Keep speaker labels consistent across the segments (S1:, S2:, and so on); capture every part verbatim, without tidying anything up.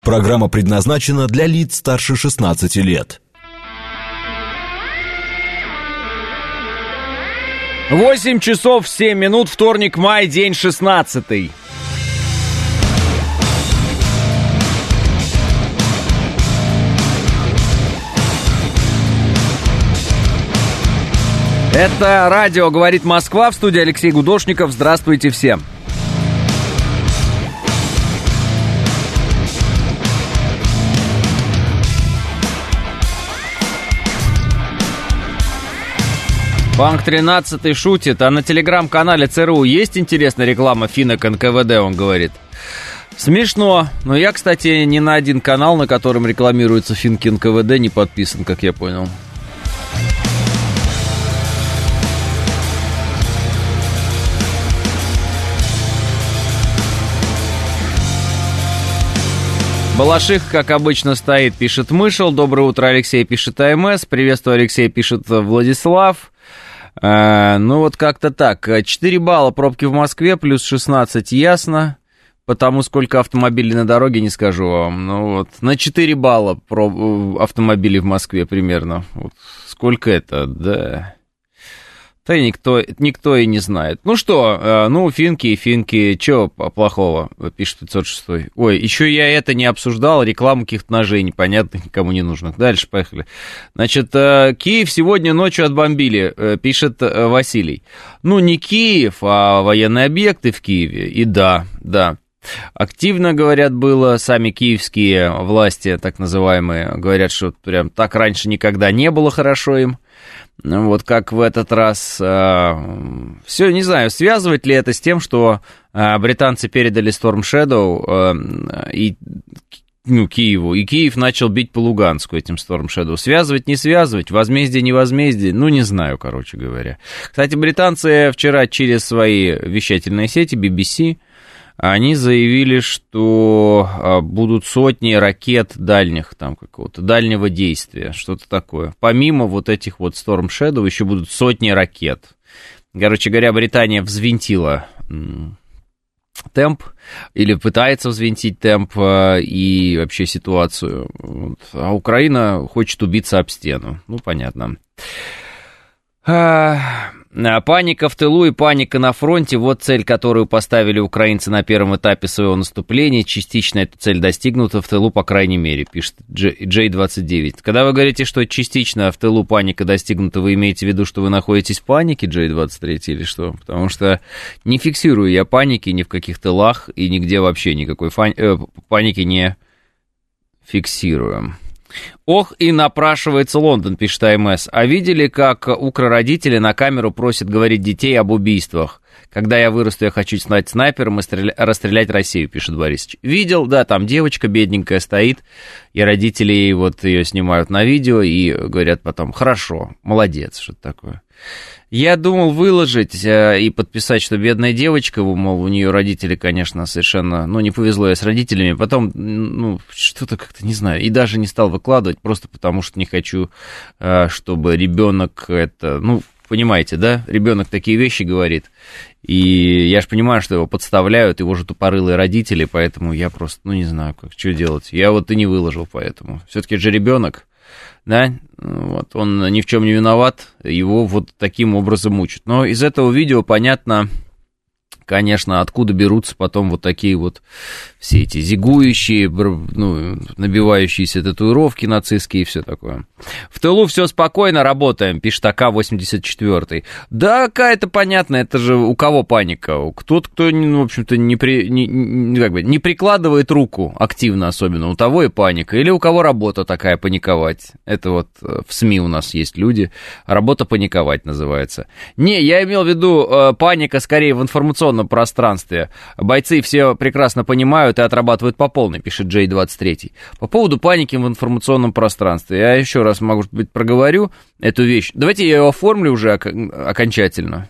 S1: Программа предназначена для лиц старше шестнадцати лет.
S2: восемь часов семь минут, вторник, май, день шестнадцатый. Это радио «Говорит Москва», в студии Алексей Гудошников. Здравствуйте всем. Банк тринадцатый шутит, а на телеграм-канале ЦРУ есть интересная реклама финок эн ка вэ дэ, он говорит. Смешно, но я, кстати, ни на один канал, на котором рекламируется финки эн ка вэ дэ, не подписан, как я понял. Балаших, как обычно, стоит, пишет Мышел. Доброе утро, Алексей, пишет а эм эс. Приветствую, Алексей, пишет Владислав. Э, ну вот как-то так. четыре балла пробки в Москве, плюс шестнадцать, ясно. Потому сколько автомобилей на дороге, не скажу вам. Ну вот, на четыре балла проб... автомобилей в Москве примерно. Вот. Сколько это? Да... Да и никто, никто и не знает. Ну что, ну, финки и финки, чего плохого, пишет пятьсот шестой. Ой, еще я это не обсуждал, рекламу каких-то ножей непонятных, никому не нужных. Дальше, поехали. Значит, Киев сегодня ночью отбомбили, пишет Василий. Ну, не Киев, а военные объекты в Киеве. И да, да. Активно, говорят, было, сами киевские власти, так называемые, говорят, что прям так раньше никогда не было хорошо им. Вот как в этот раз. Все, не знаю, связывать ли это с тем, что британцы передали Storm Shadow и, ну, Киеву, и Киев начал бить по Луганску этим Storm Shadow. Связывать, не связывать, возмездие, не возмездие, ну, не знаю, короче говоря. Кстати, британцы вчера через свои вещательные сети би би си они заявили, что будут сотни ракет дальних, там, какого-то дальнего действия, что-то такое. Помимо вот этих вот Storm Shadow еще будут сотни ракет. Короче говоря, Британия взвинтила темп, или пытается взвинтить темп и вообще ситуацию. А Украина хочет убиться об стену. Ну, понятно. Паника в тылу и паника на фронте – вот цель, которую поставили украинцы на первом этапе своего наступления. Частично эта цель достигнута в тылу, по крайней мере, пишет джей двадцать девять. Когда вы говорите, что частично в тылу паника достигнута, вы имеете в виду, что вы находитесь в панике, джей двадцать три, или что? Потому что не фиксирую я паники ни в каких тылах и нигде вообще никакой фани- э, паники не фиксирую. Ох, и напрашивается Лондон, пишет а эм эс. А видели, как укрородители на камеру просят говорить детей об убийствах? Когда я вырасту, я хочу стать снайпером и стреля... расстрелять Россию, пишет Борисович. Видел, да, там девочка бедненькая стоит, и родители вот ее снимают на видео и говорят потом: хорошо, молодец, что-то такое. Я думал выложить и подписать, что бедная девочка, мол, у нее родители, конечно, совершенно, ну, не повезло ей с родителями. Потом, ну, что-то как-то, не знаю, и даже не стал выкладывать, просто потому что не хочу, чтобы ребенок это, ну, понимаете, да, ребенок такие вещи говорит, и я же понимаю, что его подставляют, его же тупорылые родители, поэтому я просто, ну, не знаю, как, что делать. Я вот и не выложил, поэтому. Все-таки же ребенок. Да, вот, он ни в чем не виноват, его вот таким образом мучат. Но из этого видео понятно, конечно, откуда берутся потом вот такие вот все эти зигующие, ну, набивающиеся татуировки нацистские и все такое. В тылу все спокойно, работаем, пишет а ка восемьдесят четыре. Да, какая-то понятно, это же у кого паника? Кто-то, кто, ну, в общем-то, не, при, не, не, как бы, не прикладывает руку активно особенно, у того и паника. Или у кого работа такая паниковать. Это вот в СМИ у нас есть люди. Работа паниковать называется. Не, я имел в виду э, паника скорее в информационном пространстве. Бойцы все прекрасно понимают и отрабатывают по полной, пишет джей двадцать три. По поводу паники в информационном пространстве. Я еще раз, может быть, проговорю эту вещь. Давайте я ее оформлю уже окончательно.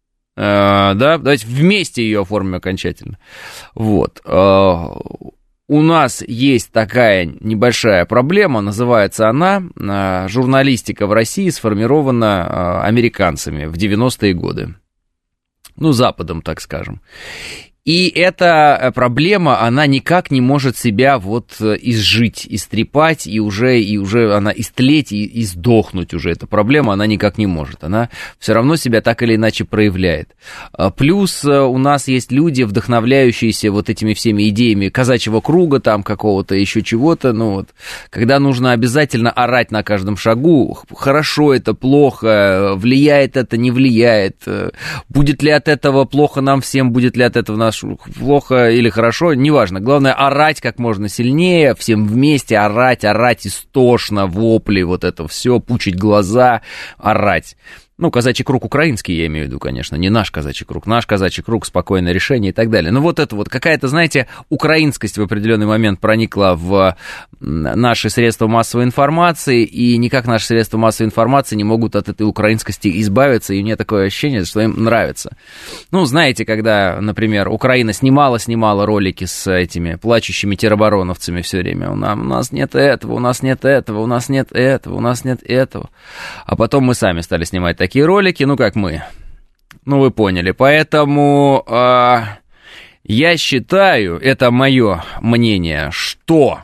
S2: Uh, да, давайте вместе ее оформим окончательно. Вот. Uh, у нас есть такая небольшая проблема, называется она uh, «Журналистика в России сформирована uh, американцами в девяностые годы». Ну, Западом, так скажем. И эта проблема, она никак не может себя вот изжить, истрепать, и уже, и уже она истлеть и, и сдохнуть уже. Эта проблема, она никак не может. Она все равно себя так или иначе проявляет. Плюс у нас есть люди, вдохновляющиеся вот этими всеми идеями казачьего круга, там какого-то еще чего-то. Ну вот, когда нужно обязательно орать на каждом шагу, хорошо это, плохо, влияет это, не влияет, будет ли от этого плохо нам всем, будет ли от этого наш плохо или хорошо, неважно. Главное, орать как можно сильнее, всем вместе орать, орать истошно, вопли, вот это все, пучить глаза, орать. Ну, казачий круг украинский, я имею в виду, конечно, не наш казачий круг. Наш казачий круг, спокойное решение и так далее. Но вот это вот какая-то, знаете, украинскость в определенный момент проникла в наши средства массовой информации, и никак наши средства массовой информации не могут от этой украинскости избавиться, и у меня такое ощущение, что им нравится. Ну, знаете, когда, например, Украина снимала-снимала ролики с этими плачущими теробороновцами все время, у нас, у нас нет этого, у нас нет этого, у нас нет этого, у нас нет этого. А потом мы сами стали снимать такие ролики, ну, как мы. Ну, вы поняли. Поэтому э, я считаю, это мое мнение, что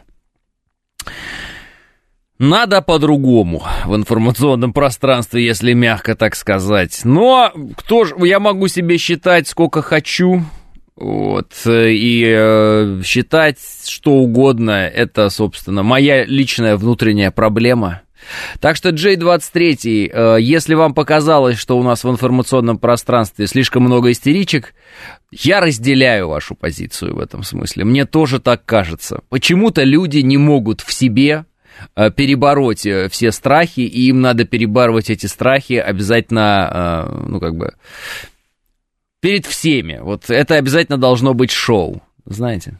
S2: надо по-другому в информационном пространстве, если мягко так сказать. Но кто ж, я могу себе считать сколько хочу, вот, и э, считать что угодно, это, собственно, моя личная внутренняя проблема. Так что, джей двадцать три, э, если вам показалось, что у нас в информационном пространстве слишком много истеричек, я разделяю вашу позицию в этом смысле. Мне тоже так кажется. Почему-то люди не могут в себе э, перебороть все страхи, и им надо перебарывать эти страхи обязательно, э, ну, как бы, перед всеми. Вот это обязательно должно быть шоу, знаете.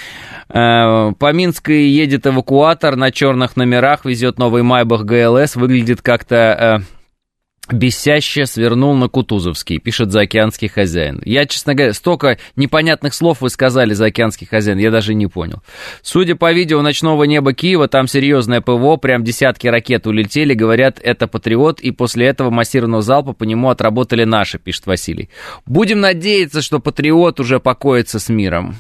S2: По Минской едет эвакуатор на черных номерах, везет новый Майбах ГЛС, выглядит как-то э, бесяще, свернул на Кутузовский, пишет заокеанский хозяин. Я, честно говоря, столько непонятных слов вы сказали, заокеанский хозяин, я даже не понял. Судя по видео ночного неба Киева, там серьезное ПВО, прям десятки ракет улетели, говорят, это Патриот, и после этого массированного залпа по нему отработали наши, пишет Василий. Будем надеяться, что Патриот уже покоится с миром.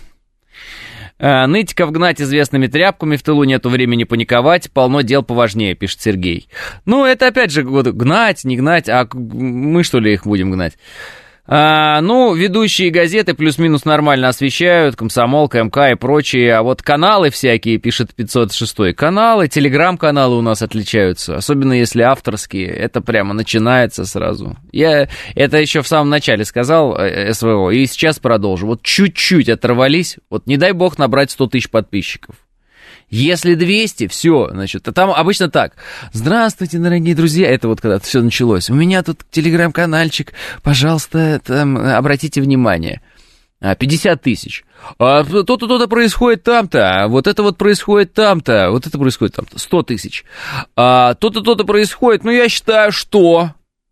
S2: Нытиков гнать известными тряпками, в тылу нету времени паниковать, полно дел поважнее, пишет Сергей. Ну, это опять же гнать, не гнать, а мы что ли их будем гнать? А, ну, ведущие газеты плюс-минус нормально освещают, Комсомолка, МК и прочие, а вот каналы всякие, пишет пятьсот шестой, каналы, телеграм-каналы у нас отличаются, особенно если авторские, это прямо начинается сразу. Я это еще в самом начале сказал, СВО, и сейчас продолжу. Вот чуть-чуть оторвались, вот не дай бог набрать сто тысяч подписчиков. Если двести, все, значит, а там обычно так. Здравствуйте, дорогие друзья, это вот когда все началось. У меня тут телеграм-канальчик, пожалуйста, там, обратите внимание. пятьдесят тысяч. А то-то, то-то происходит там-то, а вот это вот происходит там-то, вот это происходит там-то, сто тысяч. А то-то, то-то происходит, ну, я считаю, что...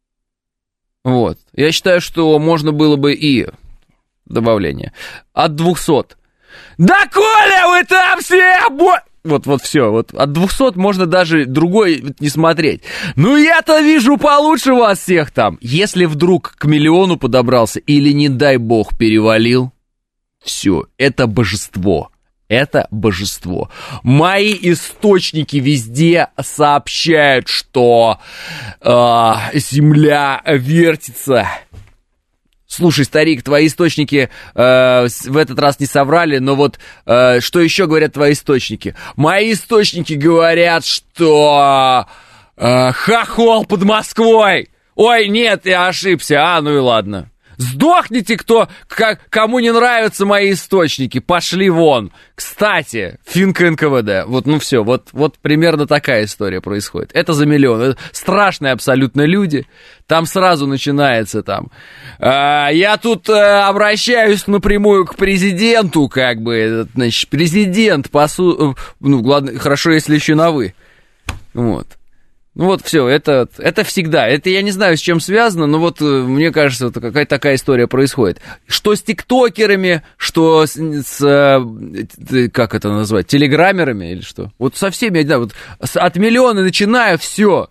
S2: Вот, я считаю, что можно было бы и добавление от двухсот. Да, Коля, вы там все... Вот, вот все, вот от двухсот можно даже другой не смотреть. Ну, я-то вижу получше вас всех там. Если вдруг к миллиону подобрался или, не дай бог, перевалил, все, это божество. Это божество. Мои источники везде сообщают, что э, Земля вертится. Слушай, старик, твои источники э, в этот раз не соврали, но вот э, что еще говорят твои источники? Мои источники говорят, что э, хохол под Москвой. Ой, нет, я ошибся. А, ну и ладно. Сдохните, кто, к, кому не нравятся мои источники, пошли вон. Кстати, финка эн ка вэ дэ, вот, ну все, вот, вот примерно такая история происходит. Это за миллион, это страшные абсолютно люди, там сразу начинается там. А, я тут а, обращаюсь напрямую к президенту, как бы, значит, президент, посу... ну, ладно, хорошо, если еще на «вы», вот. Ну вот все, это, это всегда, это я не знаю, с чем связано, но вот мне кажется, вот какая-то такая история происходит. Что с тиктокерами, что с, с как это назвать, телеграммерами или что? Вот со всеми, да, вот от миллиона начиная, все.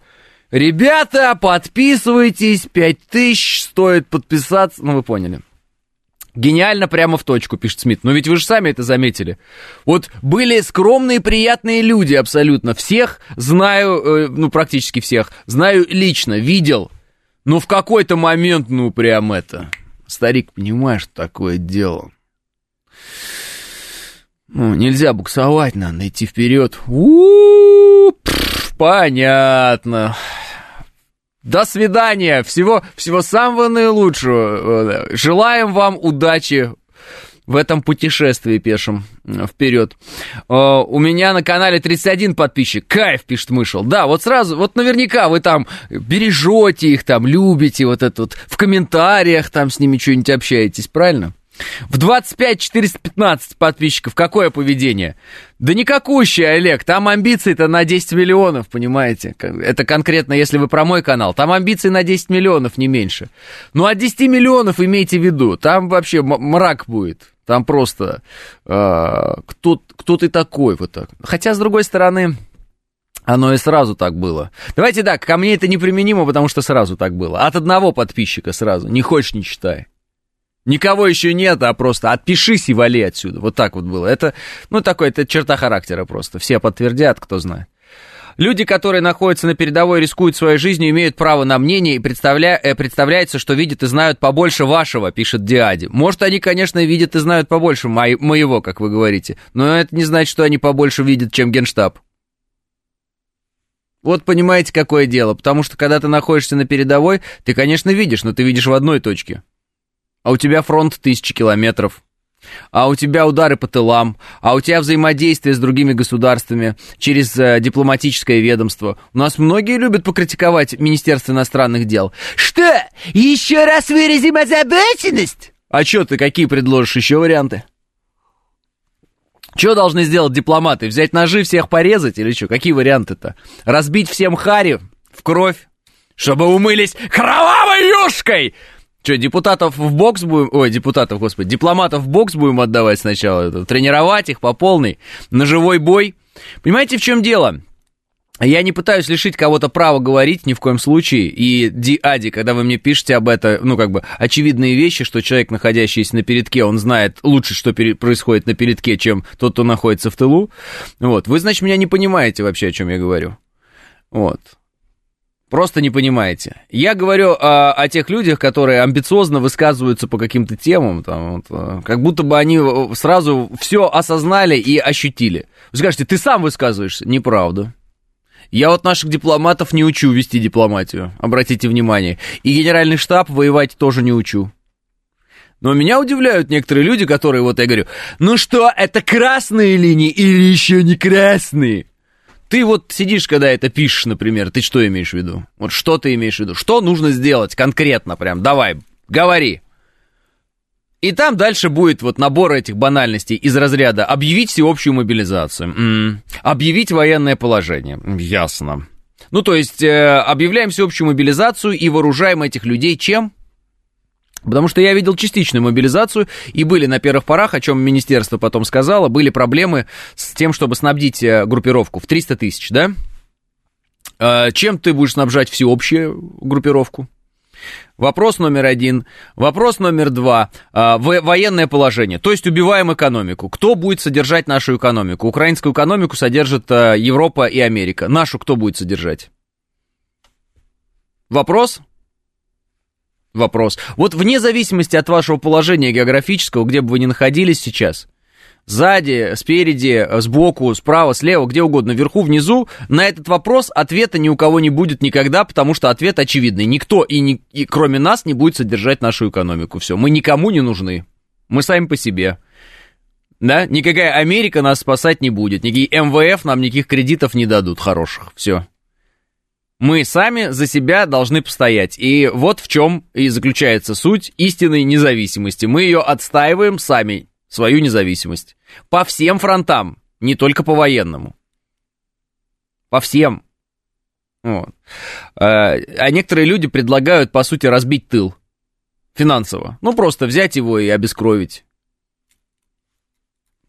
S2: Ребята, подписывайтесь, пять тысяч стоит подписаться, ну вы поняли. Гениально прямо в точку, пишет Смит. Но ведь вы же сами это заметили. Вот были скромные, приятные люди абсолютно. Всех знаю, э, ну, практически всех. Знаю лично, видел. Но в какой-то момент, ну, прям это... Старик, понимаешь, что такое дело? Ну, нельзя буксовать, надо идти вперед. У-у-у, пфф, понятно. До свидания. Всего, всего самого наилучшего. Желаем вам удачи в этом путешествии пешем вперед. У меня на канале тридцать один подписчик. Кайф, пишет Мышел. Да, вот сразу, вот наверняка вы там бережете их, там любите, вот это вот в комментариях там с ними что-нибудь общаетесь, правильно? В двадцать пять четыреста пятнадцать подписчиков какое поведение? Да никакущее, Олег, там амбиции-то на десять миллионов, понимаете? Это конкретно, если вы про мой канал. Там амбиции на десять миллионов, не меньше. Ну, от десяти миллионов имейте в виду, там вообще мрак будет. Там просто э, кто, кто ты такой, вот так. Хотя, с другой стороны, оно и сразу так было. Давайте так, ко мне это неприменимо, потому что сразу так было. От одного подписчика сразу, не хочешь, не читай. Никого еще нет, а просто отпишись и вали отсюда. Вот так вот было. Это, ну, такой, это черта характера просто. Все подтвердят, кто знает. Люди, которые находятся на передовой, рискуют своей жизнью, имеют право на мнение, и представля... представляется, что видят и знают побольше вашего, пишет Диади. Может, они, конечно, видят и знают побольше мо... моего, как вы говорите, но это не значит, что они побольше видят, чем Генштаб. Вот понимаете, какое дело. Потому что, когда ты находишься на передовой, ты, конечно, видишь, но ты видишь в одной точке. А у тебя фронт тысячи километров, а у тебя удары по тылам, а у тебя взаимодействие с другими государствами через э, дипломатическое ведомство. У нас многие любят покритиковать Министерство иностранных дел. Что? Еще раз выразим озабоченность? А что ты, какие предложишь еще варианты? Что должны сделать дипломаты? Взять ножи, всех порезать или что? Какие варианты-то? Разбить всем хари в кровь, чтобы умылись кровавой юшкой? Что, депутатов в бокс будем... Ой, депутатов, господи, дипломатов в бокс будем отдавать сначала? Тренировать их по полной, на живой бой? Понимаете, в чем дело? Я не пытаюсь лишить кого-то права говорить ни в коем случае. И, Диади, когда вы мне пишете об этом, ну, как бы, очевидные вещи, что человек, находящийся на передке, он знает лучше, что пере... происходит на передке, чем тот, кто находится в тылу. Вот. Вы, значит, меня не понимаете вообще, о чем я говорю. Вот. Просто не понимаете. Я говорю о, о тех людях, которые амбициозно высказываются по каким-то темам, там, вот, как будто бы они сразу все осознали и ощутили. Вы скажете, ты сам высказываешься? Неправда. Я вот наших дипломатов не учу вести дипломатию, обратите внимание. И генеральный штаб воевать тоже не учу. Но меня удивляют некоторые люди, которые, вот я говорю, ну что, это красные линии или еще не красные? Ты вот сидишь, когда это пишешь, например, ты что имеешь в виду? Вот что ты имеешь в виду? Что нужно сделать конкретно прям? Давай, говори. И там дальше будет вот набор этих банальностей из разряда объявить всеобщую мобилизацию, м-м, объявить военное положение. Ясно. Ну, то есть э, объявляем всеобщую мобилизацию и вооружаем этих людей чем? Потому что я видел частичную мобилизацию, и были на первых порах, о чем министерство потом сказало, были проблемы с тем, чтобы снабдить группировку в триста тысяч, да? Чем ты будешь снабжать всеобщую группировку? Вопрос номер один. Вопрос номер два. Военное положение, то есть убиваем экономику. Кто будет содержать нашу экономику? Украинскую экономику содержит Европа и Америка. Нашу кто будет содержать? Вопрос? Вопрос. Вот вне зависимости от вашего положения географического, где бы вы ни находились сейчас, сзади, спереди, сбоку, справа, слева, где угодно, вверху, внизу, на этот вопрос ответа ни у кого не будет никогда, потому что ответ очевидный. Никто, и, не, и кроме нас, не будет содержать нашу экономику. Все, мы никому не нужны. Мы сами по себе. Да? Никакая Америка нас спасать не будет. Никакие эм вэ эф нам никаких кредитов не дадут хороших. Все. Мы сами за себя должны постоять. И вот в чем и заключается суть истинной независимости. Мы ее отстаиваем сами, свою независимость. По всем фронтам, не только по военному. По всем. Вот. А некоторые люди предлагают, по сути, разбить тыл финансово. Ну, просто взять его и обескровить.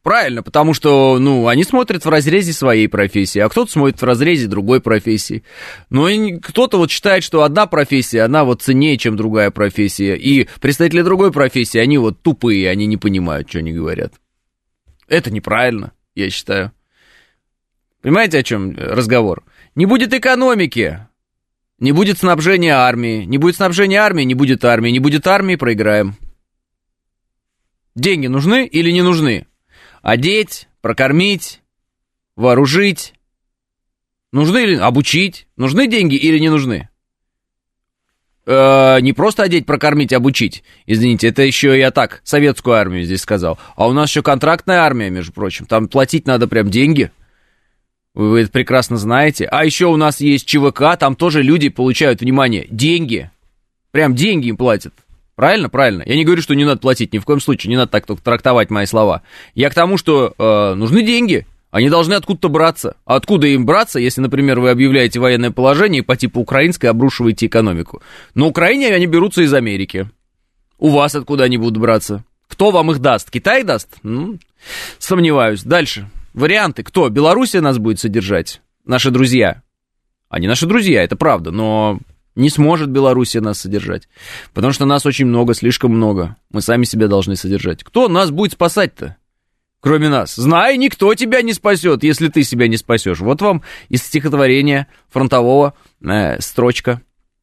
S2: Правильно, потому что, ну, они смотрят в разрезе своей профессии, а кто-то смотрит в разрезе другой профессии. Ну, и кто-то вот считает, что одна профессия, она вот ценнее, чем другая профессия. И представители другой профессии, они вот тупые, они не понимают, что они говорят. Это неправильно, я считаю. Понимаете, о чем разговор? Не будет экономики, не будет снабжения армии, не будет снабжения армии, не будет армии, не будет армии, проиграем. Деньги нужны или не нужны? Одеть, прокормить, вооружить. Нужны или обучить? Нужны деньги или не нужны? Э, не просто одеть, прокормить, обучить. Извините, это еще я так, советскую армию здесь сказал. А у нас еще контрактная армия, между прочим. Там платить надо прям деньги. Вы это прекрасно знаете. А еще у нас есть ЧВК, там тоже люди получают, внимание, деньги. Прям деньги им платят. Правильно? Правильно. Я не говорю, что не надо платить, ни в коем случае, не надо так только трактовать мои слова. Я к тому, что э, нужны деньги, они должны откуда-то браться. А откуда им браться, если, например, вы объявляете военное положение и по типу украинской обрушиваете экономику? На Украине они берутся из Америки. У вас откуда они будут браться? Кто вам их даст? Китай даст? Ну, сомневаюсь. Дальше. Варианты. Кто? Белоруссия нас будет содержать? Наши друзья. Они наши друзья, это правда, но... Не сможет Белоруссия нас содержать, потому что нас очень много, слишком много. Мы сами себя должны содержать. Кто нас будет спасать-то, кроме нас? Знай, никто тебя не спасет, если ты себя не спасешь. Вот вам из стихотворения фронтового э, строчка.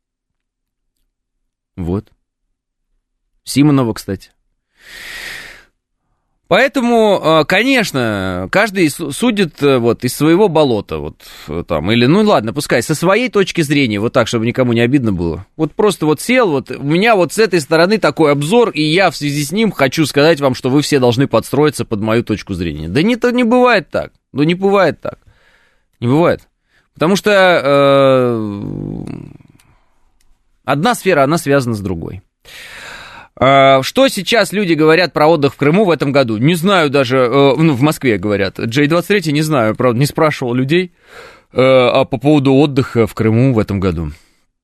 S2: Вот. Симонова, кстати. Поэтому, конечно, каждый судит вот из своего болота, вот там, или, ну ладно, пускай, со своей точки зрения, вот так, чтобы никому не обидно было. Вот просто вот сел, вот у меня вот с этой стороны такой обзор, и я в связи с ним хочу сказать вам, что вы все должны подстроиться под мою точку зрения. Да не, то не бывает так, ну не бывает так, не бывает. Потому что э, одна сфера, она связана с другой. Что сейчас люди говорят про отдых в Крыму в этом году? Не знаю даже, ну, в Москве говорят. джей двадцать три, не знаю, правда, не спрашивал людей а по поводу отдыха в Крыму в этом году.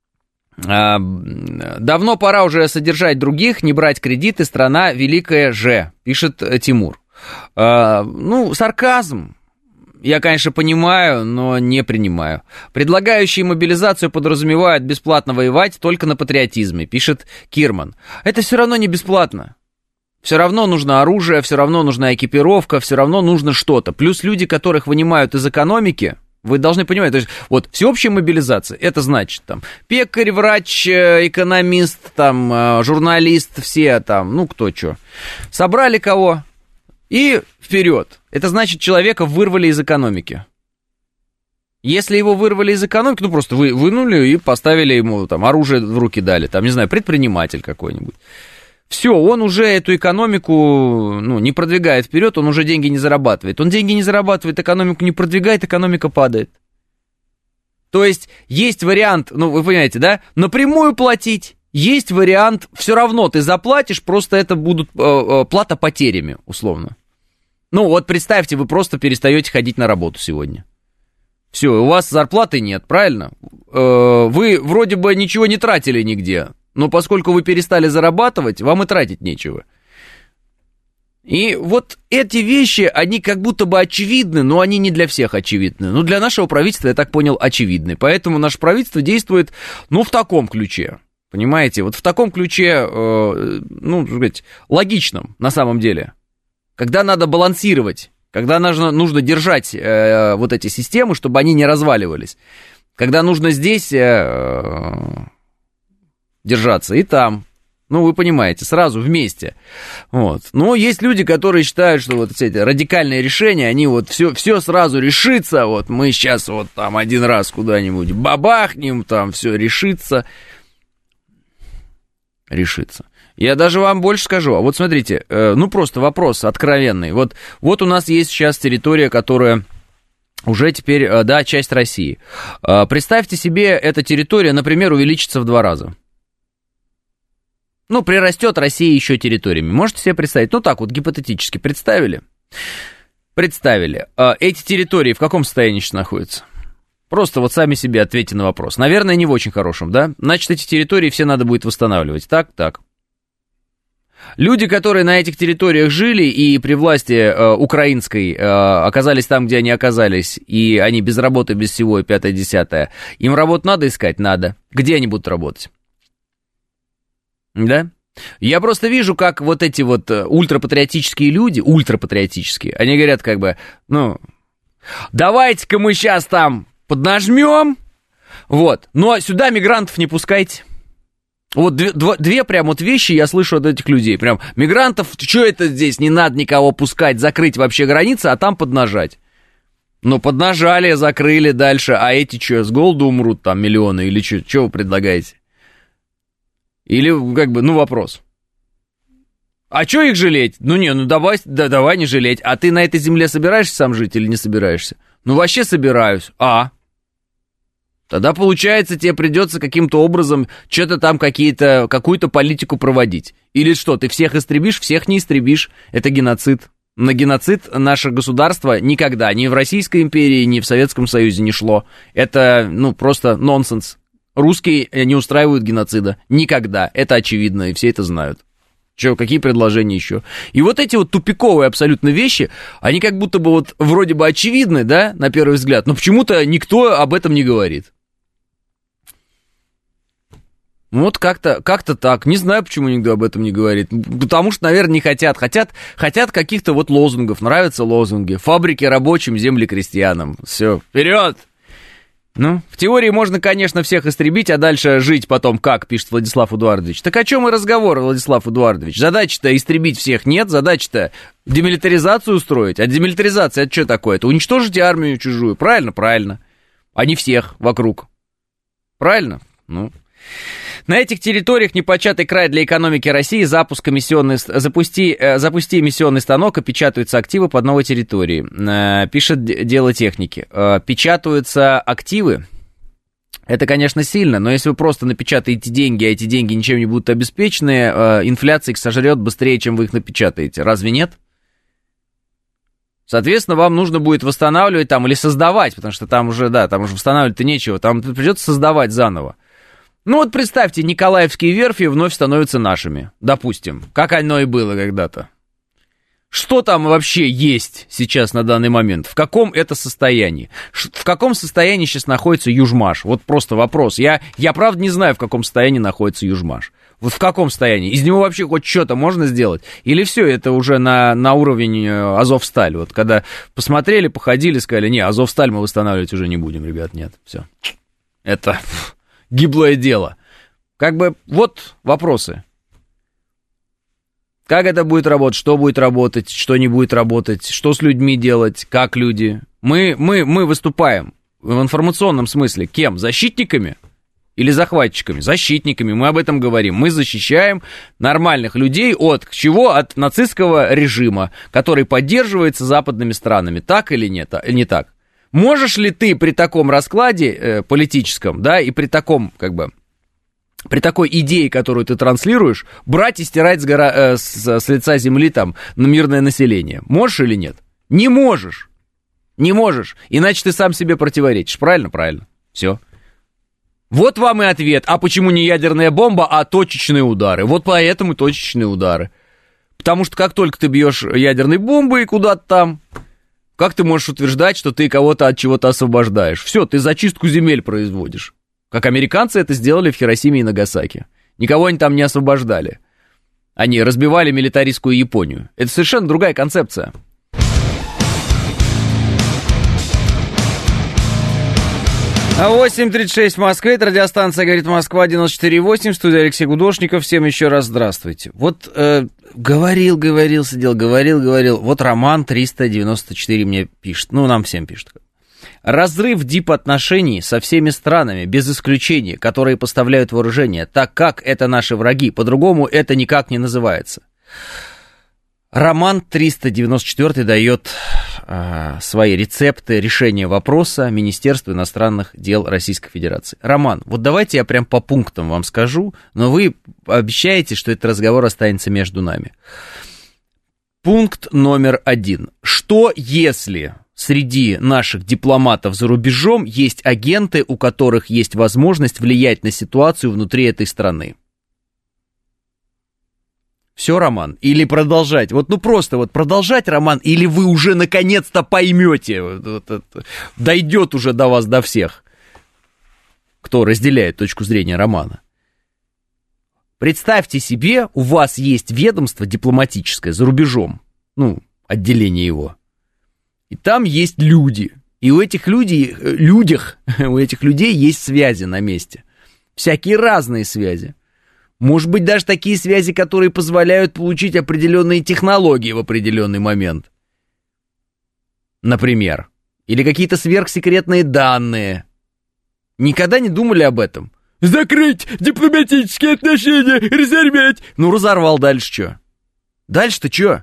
S2: Давно пора уже содержать других, не брать кредиты, страна великая же, пишет Тимур. Ну, сарказм. Я, конечно, понимаю, но не принимаю. Предлагающие мобилизацию подразумевают бесплатно воевать только на патриотизме, пишет Кирман. Это все равно не бесплатно. Все равно нужно оружие, все равно нужна экипировка, все равно нужно что-то. Плюс люди, которых вынимают из экономики, вы должны понимать, то есть вот всеобщая мобилизация, это значит там пекарь, врач, экономист, там журналист, все там, ну кто что. Собрали кого? И вперед. Это значит, человека вырвали из экономики. Если его вырвали из экономики, ну просто вы, вынули и поставили ему там оружие в руки дали, там, не знаю, предприниматель какой-нибудь. Все, он уже эту экономику, ну, не продвигает вперед, он уже деньги не зарабатывает. Он деньги не зарабатывает, экономику не продвигает, экономика падает. То есть есть вариант, ну, вы понимаете, да, напрямую платить. Есть вариант, все равно ты заплатишь, просто это будут э, э, плата потерями, условно. Ну, вот представьте, вы просто перестаете ходить на работу сегодня. Все, у вас зарплаты нет, правильно? Э, вы вроде бы ничего не тратили нигде, но поскольку вы перестали зарабатывать, вам и тратить нечего. И вот эти вещи, они как будто бы очевидны, но они не для всех очевидны. Ну, для нашего правительства, я так понял, очевидны. Поэтому наше правительство действует, ну, в таком ключе. Понимаете, вот в таком ключе, э, ну, так сказать, логичном на самом деле. Когда надо балансировать, когда нужно, нужно держать э, вот эти системы, чтобы они не разваливались. Когда нужно здесь э, держаться и там. Ну, вы понимаете, сразу вместе. Вот. Но есть люди, которые считают, что вот эти радикальные решения, они вот все, все сразу решится. Вот мы сейчас вот там один раз куда-нибудь бабахнем, там все решится. Решится. Я даже вам больше скажу. А вот смотрите, э, ну просто вопрос откровенный. Вот, вот у нас есть сейчас территория, которая уже теперь, э, да, часть России. Э, представьте себе, эта территория, например, увеличится в два раза. Ну, прирастет Россия еще территориями. Можете себе представить? Ну, так вот, гипотетически представили? Представили. Э, эти территории в каком состоянии сейчас находятся? Просто вот сами себе ответьте на вопрос. Наверное, не в очень хорошем, да? Значит, эти территории все надо будет восстанавливать. Так, так. Люди, которые на этих территориях жили и при власти э, украинской э, оказались там, где они оказались, и они без работы, без всего, и пятое-десятое, им работу надо искать? Надо. Где они будут работать? Да? Я просто вижу, как вот эти вот ультрапатриотические люди, ультрапатриотические, они говорят как бы, ну, давайте-ка мы сейчас там поднажмем, вот, но сюда мигрантов не пускайте. Вот две, две прям вот вещи я слышу от этих людей. Прям, мигрантов, что это здесь, не надо никого пускать, закрыть вообще границы, а там поднажать. Ну, поднажали, закрыли дальше, а эти что, с голоду умрут там миллионы или что, что вы предлагаете? Или, как бы, ну, вопрос. А что их жалеть? Ну, не, ну, давай, да, давай не жалеть. А ты на этой земле собираешься сам жить или не собираешься? Ну, вообще собираюсь. А? Тогда, получается, тебе придется каким-то образом что-то там какие-то, какую-то политику проводить. Или что, ты всех истребишь, всех не истребишь. Это геноцид. На геноцид наше государство никогда ни в Российской империи, ни в Советском Союзе не шло. Это, ну, просто нонсенс. Русские не устраивают геноцида. Никогда. Это очевидно, и все это знают. Че, какие предложения еще? И вот эти вот тупиковые абсолютно вещи, они как будто бы вот вроде бы очевидны, да, на первый взгляд, но почему-то никто об этом не говорит. Вот как-то, как-то так. Не знаю, почему никто об этом не говорит. Потому что, наверное, не хотят. Хотят, хотят каких-то вот лозунгов. Нравятся лозунги. Фабрики рабочим, земли крестьянам. Все, вперед! Ну, в теории можно, конечно, всех истребить, а дальше жить потом как, пишет Владислав Эдуардович. Так о чем и разговор, Владислав Эдуардович? Задача-то истребить всех нет, задача-то демилитаризацию устроить. А демилитаризация это что такое? Это уничтожить армию чужую. Правильно? Правильно. А не всех вокруг. Правильно? Ну... На этих территориях непочатый край для экономики России. Запуск эмиссионный, запусти, запусти эмиссионный станок, и печатаются активы под новой территорией. Пишет дело техники. Печатаются активы. Это, конечно, сильно, но если вы просто напечатаете деньги, а эти деньги ничем не будут обеспечены, инфляция их сожрет быстрее, чем вы их напечатаете. Разве нет? Соответственно, вам нужно будет восстанавливать там или создавать, потому что там уже, да, там уже восстанавливать-то нечего, там придется создавать заново. Ну вот представьте, Николаевские верфи вновь становятся нашими, допустим, как оно и было когда-то. Что там вообще есть сейчас на данный момент? В каком это состоянии? В каком состоянии сейчас находится Южмаш? Вот просто вопрос. Я, я правда не знаю, в каком состоянии находится Южмаш. Вот в каком состоянии? Из него вообще хоть что-то можно сделать? Или все это уже на, на уровень Азовсталь? Вот когда посмотрели, походили, сказали, не, Азовсталь мы восстанавливать уже не будем, ребят, нет, все. Это... гиблое дело. Как бы вот вопросы. Как это будет работать, что будет работать, что не будет работать, что с людьми делать, как люди. Мы, мы, мы выступаем в информационном смысле кем? Защитниками или захватчиками? Защитниками, мы об этом говорим. Мы защищаем нормальных людей от чего? От нацистского режима, который поддерживается западными странами. Так или нет? Не так? Можешь ли ты при таком раскладе э, политическом, да, и при таком, как бы, при такой идее, которую ты транслируешь, брать и стирать с, гора, э, с, с лица земли там на мирное население? Можешь или нет? Не можешь. Не можешь. Иначе ты сам себе противоречишь. Правильно? Правильно. Все. Вот вам и ответ. А почему не ядерная бомба, а точечные удары? Вот поэтому точечные удары. Потому что как только ты бьешь ядерной бомбой куда-то там... Как ты можешь утверждать, что ты кого-то от чего-то освобождаешь? Все, ты зачистку земель производишь. Как американцы это сделали в Хиросиме и Нагасаки. Никого они там не освобождали. Они разбивали милитаристскую Японию. Это совершенно другая концепция. восемь тридцать шесть в Москве, это радиостанция «Говорит Москва», девяносто четыре восемь, студия Алексей Гудошников. Всем еще раз здравствуйте. Вот э, говорил, говорил, сидел, говорил, говорил. Вот Роман триста девяносто четыре мне пишет, ну, нам всем пишет. Разрыв дипотношений со всеми странами, без исключения, которые поставляют вооружение, так как это наши враги, по-другому это никак не называется. Роман триста девяносто четыре дает э, свои рецепты решения вопроса Министерству иностранных дел Российской Федерации. Роман, вот давайте я прям по пунктам вам скажу, но вы обещаете, что этот разговор останется между нами. Пункт номер один. Что если среди наших дипломатов за рубежом есть агенты, у которых есть возможность влиять на ситуацию внутри этой страны?
S3: Все, Роман? Или продолжать? Вот, ну, просто вот продолжать, Роман, или вы уже наконец-то поймете, вот, вот, вот, дойдет уже до вас, до всех, кто разделяет точку зрения Романа. Представьте себе, у вас есть ведомство дипломатическое за рубежом, ну, отделение его, и там есть люди, и у этих людей, людях, у этих людей есть связи на месте, всякие разные связи. Может быть, даже такие связи, которые позволяют получить определенные технологии в определенный момент. Например. Или какие-то сверхсекретные данные. Никогда не думали об этом? Закрыть дипломатические отношения, разорвать. Ну, разорвал, дальше что? Дальше-то что?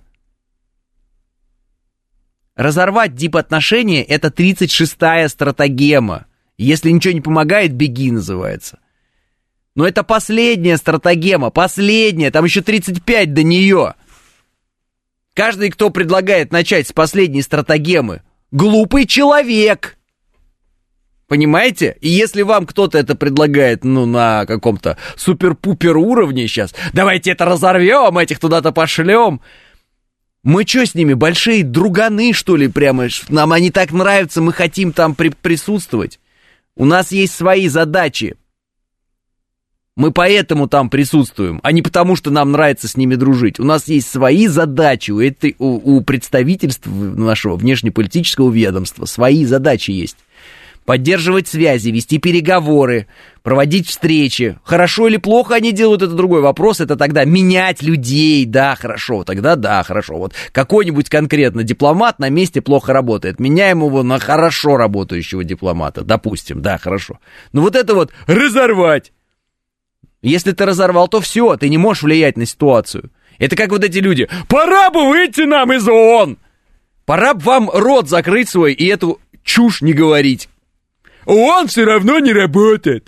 S3: Разорвать дипотношения — это тридцать шестая стратагема. Если ничего не помогает, беги, называется. Но это последняя стратагема, последняя, там еще тридцать пять до нее. Каждый, кто предлагает начать с последней стратагемы, глупый человек. Понимаете? И если вам кто-то это предлагает, ну, на каком-то супер-пупер уровне сейчас, давайте это разорвем, этих туда-то пошлем. Мы что с ними, большие друганы, что ли, прямо? Нам они так нравятся, мы хотим там при- присутствовать. У нас есть свои задачи. Мы поэтому там присутствуем, а не потому, что нам нравится с ними дружить. У нас есть свои задачи, у, этой, у, у представительства нашего внешнеполитического ведомства свои задачи есть. Поддерживать связи, вести переговоры, проводить встречи. Хорошо или плохо они делают, это другой вопрос. Это тогда менять людей, да, хорошо, тогда да, хорошо. Вот какой-нибудь конкретно дипломат на месте плохо работает. Меняем его на хорошо работающего дипломата, допустим, да, хорошо. Но вот это вот разорвать. Если ты разорвал, то все, ты не можешь влиять на ситуацию. Это как вот эти люди. Пора бы выйти нам из ООН. Пора бы вам рот закрыть свой и эту чушь не говорить. ООН все равно не работает.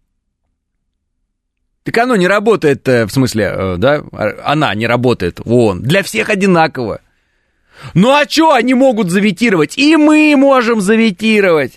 S3: Так оно не работает, в смысле, да, она не работает в ООН. Для всех одинаково. Ну а что они могут заветировать? И мы можем заветировать.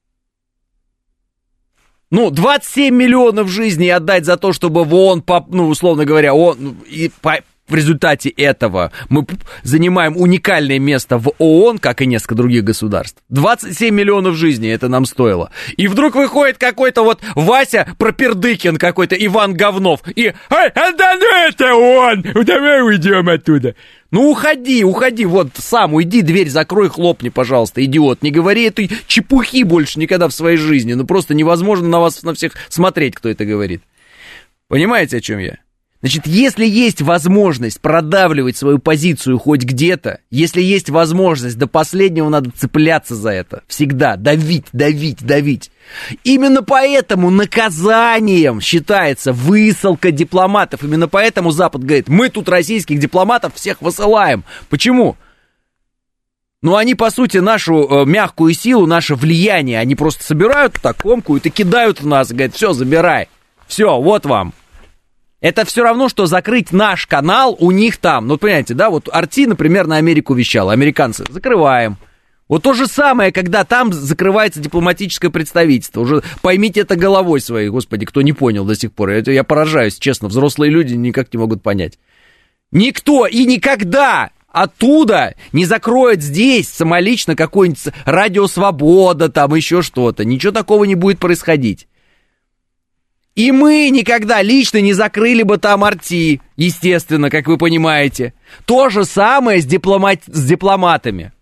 S3: Ну, двадцать семь миллионов жизней отдать за то, чтобы в ООН, ну, условно говоря, ООН, и по, в результате этого мы занимаем уникальное место в ООН, как и несколько других государств. двадцать семь миллионов жизней это нам стоило. И вдруг выходит какой-то вот Вася Пропердыкин, какой-то Иван Говнов, и «Ай, да ну это ООН, давай уйдем оттуда». Ну, уходи, уходи, вот сам уйди, дверь закрой, хлопни, пожалуйста, идиот. Не говори этой чепухи больше никогда в своей жизни. Ну, просто невозможно на вас, на всех смотреть, кто это говорит. Понимаете, о чем я? Значит, если есть возможность продавливать свою позицию хоть где-то, если есть возможность, до последнего надо цепляться за это. Всегда давить, давить, давить. Именно поэтому наказанием считается высылка дипломатов. Именно поэтому Запад говорит, мы тут российских дипломатов всех высылаем. Почему? Ну, они, по сути, нашу э, мягкую силу, наше влияние, они просто собирают так, комкуют и кидают в нас, и говорят, все, забирай. Все, вот вам. Это все равно, что закрыть наш канал у них там. Ну, понимаете, да, вот Арти, например, на Америку вещал, американцы, закрываем. Вот то же самое, когда там закрывается дипломатическое представительство. Уже поймите это головой своей, господи, кто не понял до сих пор. Это я поражаюсь, честно, взрослые люди никак не могут понять. Никто и никогда оттуда не закроет здесь самолично какой-нибудь Радио Свобода, там еще что-то. Ничего такого не будет происходить. И мы никогда лично не закрыли бы там Арти, естественно, как вы понимаете. То же самое с, дипломат... с дипломатами.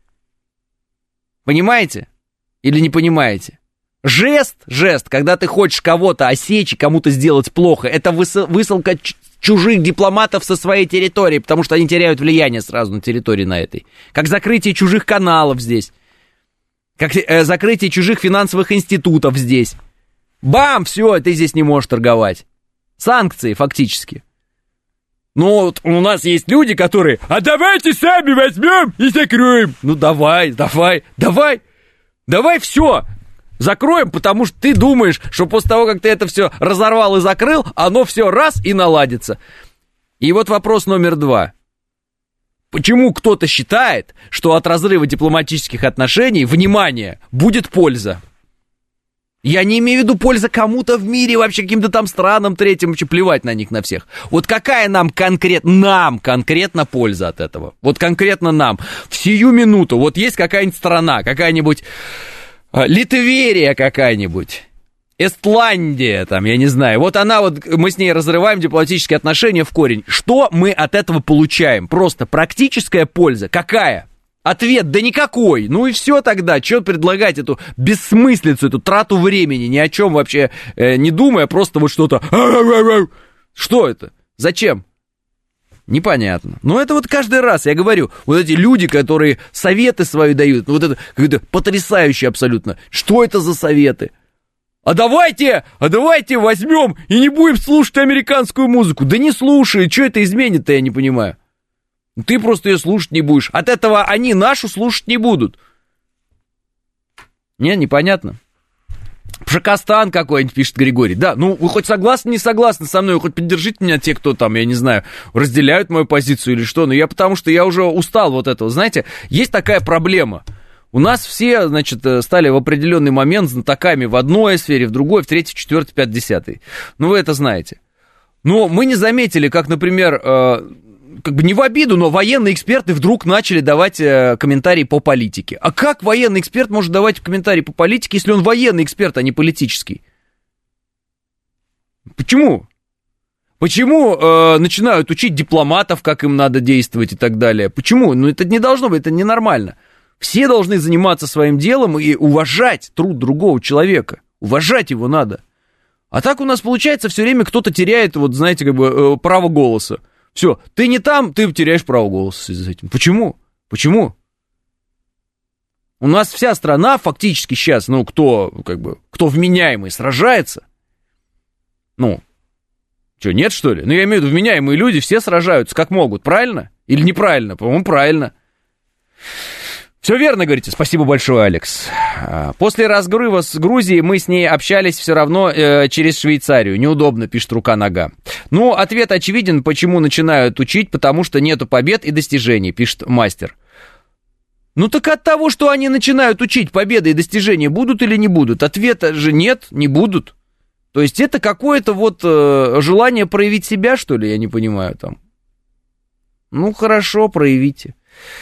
S3: Понимаете? Или не понимаете? Жест, жест, когда ты хочешь кого-то осечь и кому-то сделать плохо, это выс- высылка ч- чужих дипломатов со своей территории, потому что они теряют влияние сразу на территории на этой. Как закрытие чужих каналов здесь. Как э, закрытие чужих финансовых институтов здесь. Бам, все, ты здесь не можешь торговать. Санкции, фактически. Ну, вот у нас есть люди, которые, а давайте сами возьмем и закроем. Ну, давай, давай, давай, давай все, закроем, потому что ты думаешь, что после того, как ты это все разорвал и закрыл, оно все раз и наладится. И вот вопрос номер два. Почему кто-то считает, что от разрыва дипломатических отношений, внимание, будет польза? Я не имею в виду польза кому-то в мире, вообще каким-то там странам третьим, вообще плевать на них, на всех. Вот какая нам конкретно, нам конкретно польза от этого? Вот конкретно нам. В сию минуту, вот есть какая-нибудь страна, какая-нибудь э, Литверия какая-нибудь, Эстландия, там, я не знаю. Вот она, вот мы с ней разрываем дипломатические отношения в корень. Что мы от этого получаем? Просто практическая польза. Какая? Ответ, да никакой. Ну и все тогда. Чего предлагать эту бессмыслицу, эту трату времени, ни о чем вообще э, не думая, просто вот что-то... Что это? Зачем? Непонятно. Но это вот каждый раз, я говорю, вот эти люди, которые советы свои дают, вот это какое-то потрясающее абсолютно. Что это за советы? А давайте, а давайте возьмем и не будем слушать американскую музыку. Да не слушай, что это изменит-то, я не понимаю. Ты просто ее слушать не будешь. От этого они нашу слушать не будут. Не, непонятно. Пшакостан какой-нибудь, пишет Григорий. Да, ну вы хоть согласны, не согласны со мной, хоть поддержите меня те, кто там, я не знаю, разделяют мою позицию или что. Но я потому что я уже устал вот этого. Знаете, есть такая проблема. У нас все, значит, стали в определенный момент знатоками в одной сфере, в другой, в третьей, в четвертой, в пятой, в десятой. Ну вы это знаете. Но мы не заметили, как, например... как бы не в обиду, но военные эксперты вдруг начали давать э, комментарии по политике. А как военный эксперт может давать комментарии по политике, если он военный эксперт, а не политический? Почему? Почему э, начинают учить дипломатов, как им надо действовать и так далее? Почему? Ну это не должно быть, это ненормально. Все должны заниматься своим делом и уважать труд другого человека. Уважать его надо. А так у нас получается все время кто-то теряет, вот знаете, как бы э, право голоса. Все, ты не там, ты теряешь право голоса в связи с этим. Почему? Почему? У нас вся страна фактически сейчас, ну, кто, как бы, кто вменяемый сражается. Ну, что, нет, что ли? Ну, я имею в виду, вменяемые люди все сражаются как могут, правильно? Или неправильно? По-моему, правильно. Все верно, говорите. Спасибо большое, Алекс. После разрыва с Грузией мы с ней общались все равно э, через Швейцарию. Неудобно, пишет Рука-Нога. Ну, ответ очевиден, почему начинают учить, потому что нету побед и достижений, пишет Мастер. Ну так от того, что они начинают учить, победы и достижения будут или не будут? Ответа же нет, не будут. То есть это какое-то вот э, желание проявить себя, что ли, я не понимаю там. Ну хорошо, проявите.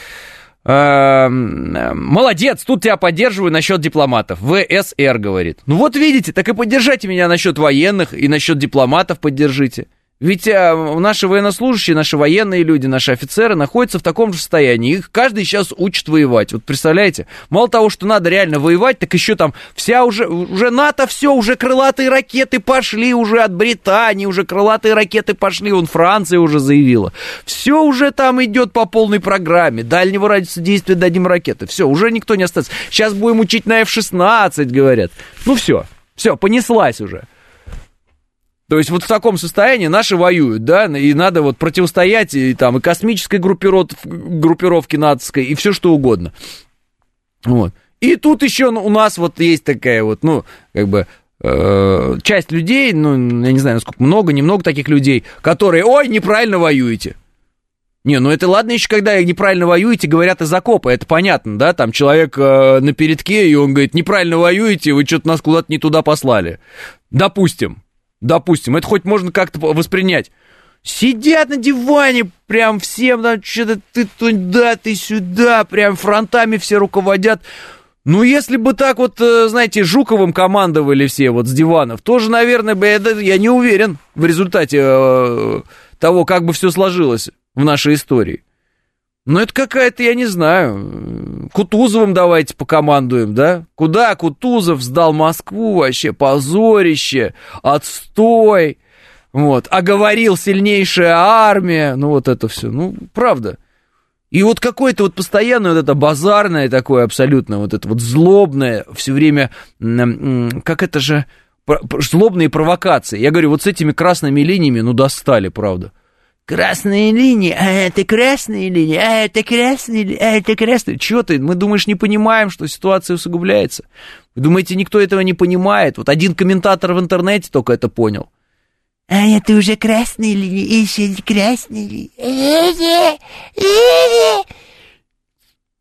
S3: Молодец, тут тебя поддерживаю насчет дипломатов. ВСР говорит. Ну вот видите, так и поддержайте меня насчет военных и насчет дипломатов поддержите. Ведь а, наши военнослужащие, наши военные люди, наши офицеры находятся в таком же состоянии. Их каждый сейчас учит воевать. Вот представляете? Мало того, что надо реально воевать, так еще там вся уже, уже НАТО, все, уже крылатые ракеты пошли, уже от Британии, уже крылатые ракеты пошли, вон Франция уже заявила. Все уже там идет по полной программе. Дальнего радиуса действия дадим ракеты. Все, уже никто не остается. Сейчас будем учить на эф шестнадцать, говорят. Ну все, все, понеслась уже. То есть вот в таком состоянии наши воюют, да, и надо вот противостоять и, там, и космической группировке, группировке натовской, и все что угодно. Вот. И тут еще у нас вот есть такая вот, ну, как бы, э, часть людей, ну, я не знаю, насколько много, немного таких людей, которые, ой, неправильно воюете. Не, ну это ладно еще, когда неправильно воюете, говорят из окопа, это понятно, да, там человек э, на передке, и он говорит, неправильно воюете, вы что-то нас куда-то не туда послали. Допустим. Допустим, это хоть можно как-то воспринять. Сидят на диване, прям всем, там, что-то ты туда, ты сюда, прям фронтами все руководят. Ну, если бы так вот, знаете, Жуковым командовали все вот с диванов, тоже, наверное, бы, это, я не уверен в результате э, того, как бы все сложилось в нашей истории. Ну, это какая-то, я не знаю, Кутузовым давайте покомандуем, да? Куда Кутузов сдал Москву, вообще позорище, отстой, вот, а говорил сильнейшая армия, ну, вот это все, ну, правда. И вот какое-то вот постоянное вот это базарное такое абсолютно, вот это вот злобное, все время, как это же, злобные провокации. Я говорю, вот с этими красными линиями, ну, достали, правда. Красные линии, а это красные линии, а это красные линии, а это красные. Чего ты? Мы, думаешь, не понимаем, что ситуация усугубляется? Вы думаете, никто этого не понимает? Вот один комментатор в интернете только это понял. А это уже красные линии, еще не красные линии.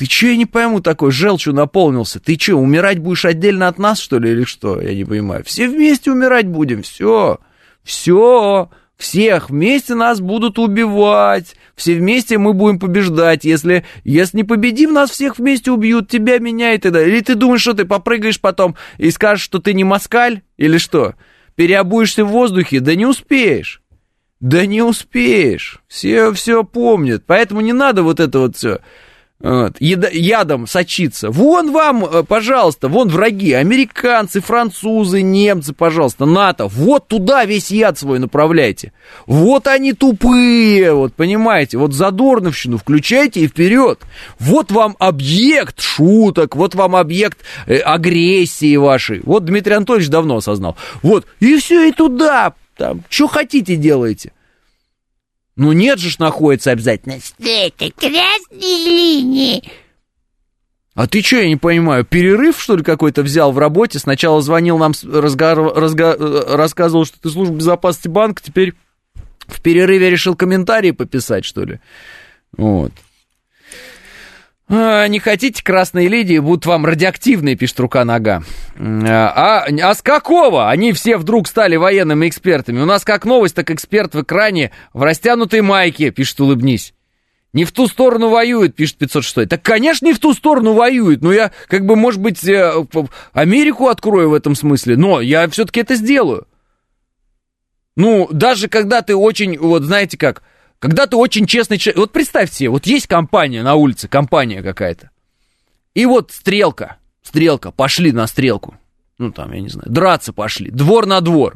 S3: Ты че, я не пойму, такой желчью наполнился? Ты че, умирать будешь отдельно от нас, что ли, или что? Я не понимаю. Все вместе умирать будем, все, все, всех вместе нас будут убивать, все вместе мы будем побеждать. Если, если не победим, нас всех вместе убьют, тебя, меня и так далее. Или ты думаешь, что ты попрыгаешь потом и скажешь, что ты не москаль, или что? Переобуешься в воздухе? Да не успеешь. Да не успеешь. Все, все помнят. Поэтому не надо вот это вот все... Вот, ядом сочиться. Вон вам, пожалуйста, вон враги, американцы, французы, немцы, пожалуйста, НАТО. Вот туда весь яд свой направляйте. Вот они тупые, вот понимаете, вот задорновщину включайте и вперед. Вот вам объект шуток, вот вам объект э, агрессии вашей. Вот Дмитрий Анатольевич давно осознал. Вот, и все, и туда, там, что хотите делаете. Ну нет же ж находится обязательно.
S4: Это красные линии.
S3: А ты что, я не понимаю, перерыв, что ли, какой-то взял в работе? Сначала звонил нам, разга... Разга... рассказывал, что ты служба безопасности банка, теперь в перерыве решил комментарии пописать, что ли? Вот. А, не хотите красные линии, будут вам радиоактивные, пишет рука-нога. А, а с какого? Они все вдруг стали военными экспертами. У нас как новость, так эксперт в экране в растянутой майке, пишет улыбнись. Не в ту сторону воюет, пишет пятьсот шесть. Так, конечно, не в ту сторону воюет. Но я, как бы, может быть, Америку открою в этом смысле. Но я все-таки это сделаю. Ну, даже когда ты очень, вот знаете как... Когда ты очень честный человек... Вот представьте себе, вот есть компания на улице, компания какая-то. И вот стрелка, стрелка, пошли на стрелку. Ну, там, я не знаю, драться пошли, двор на двор.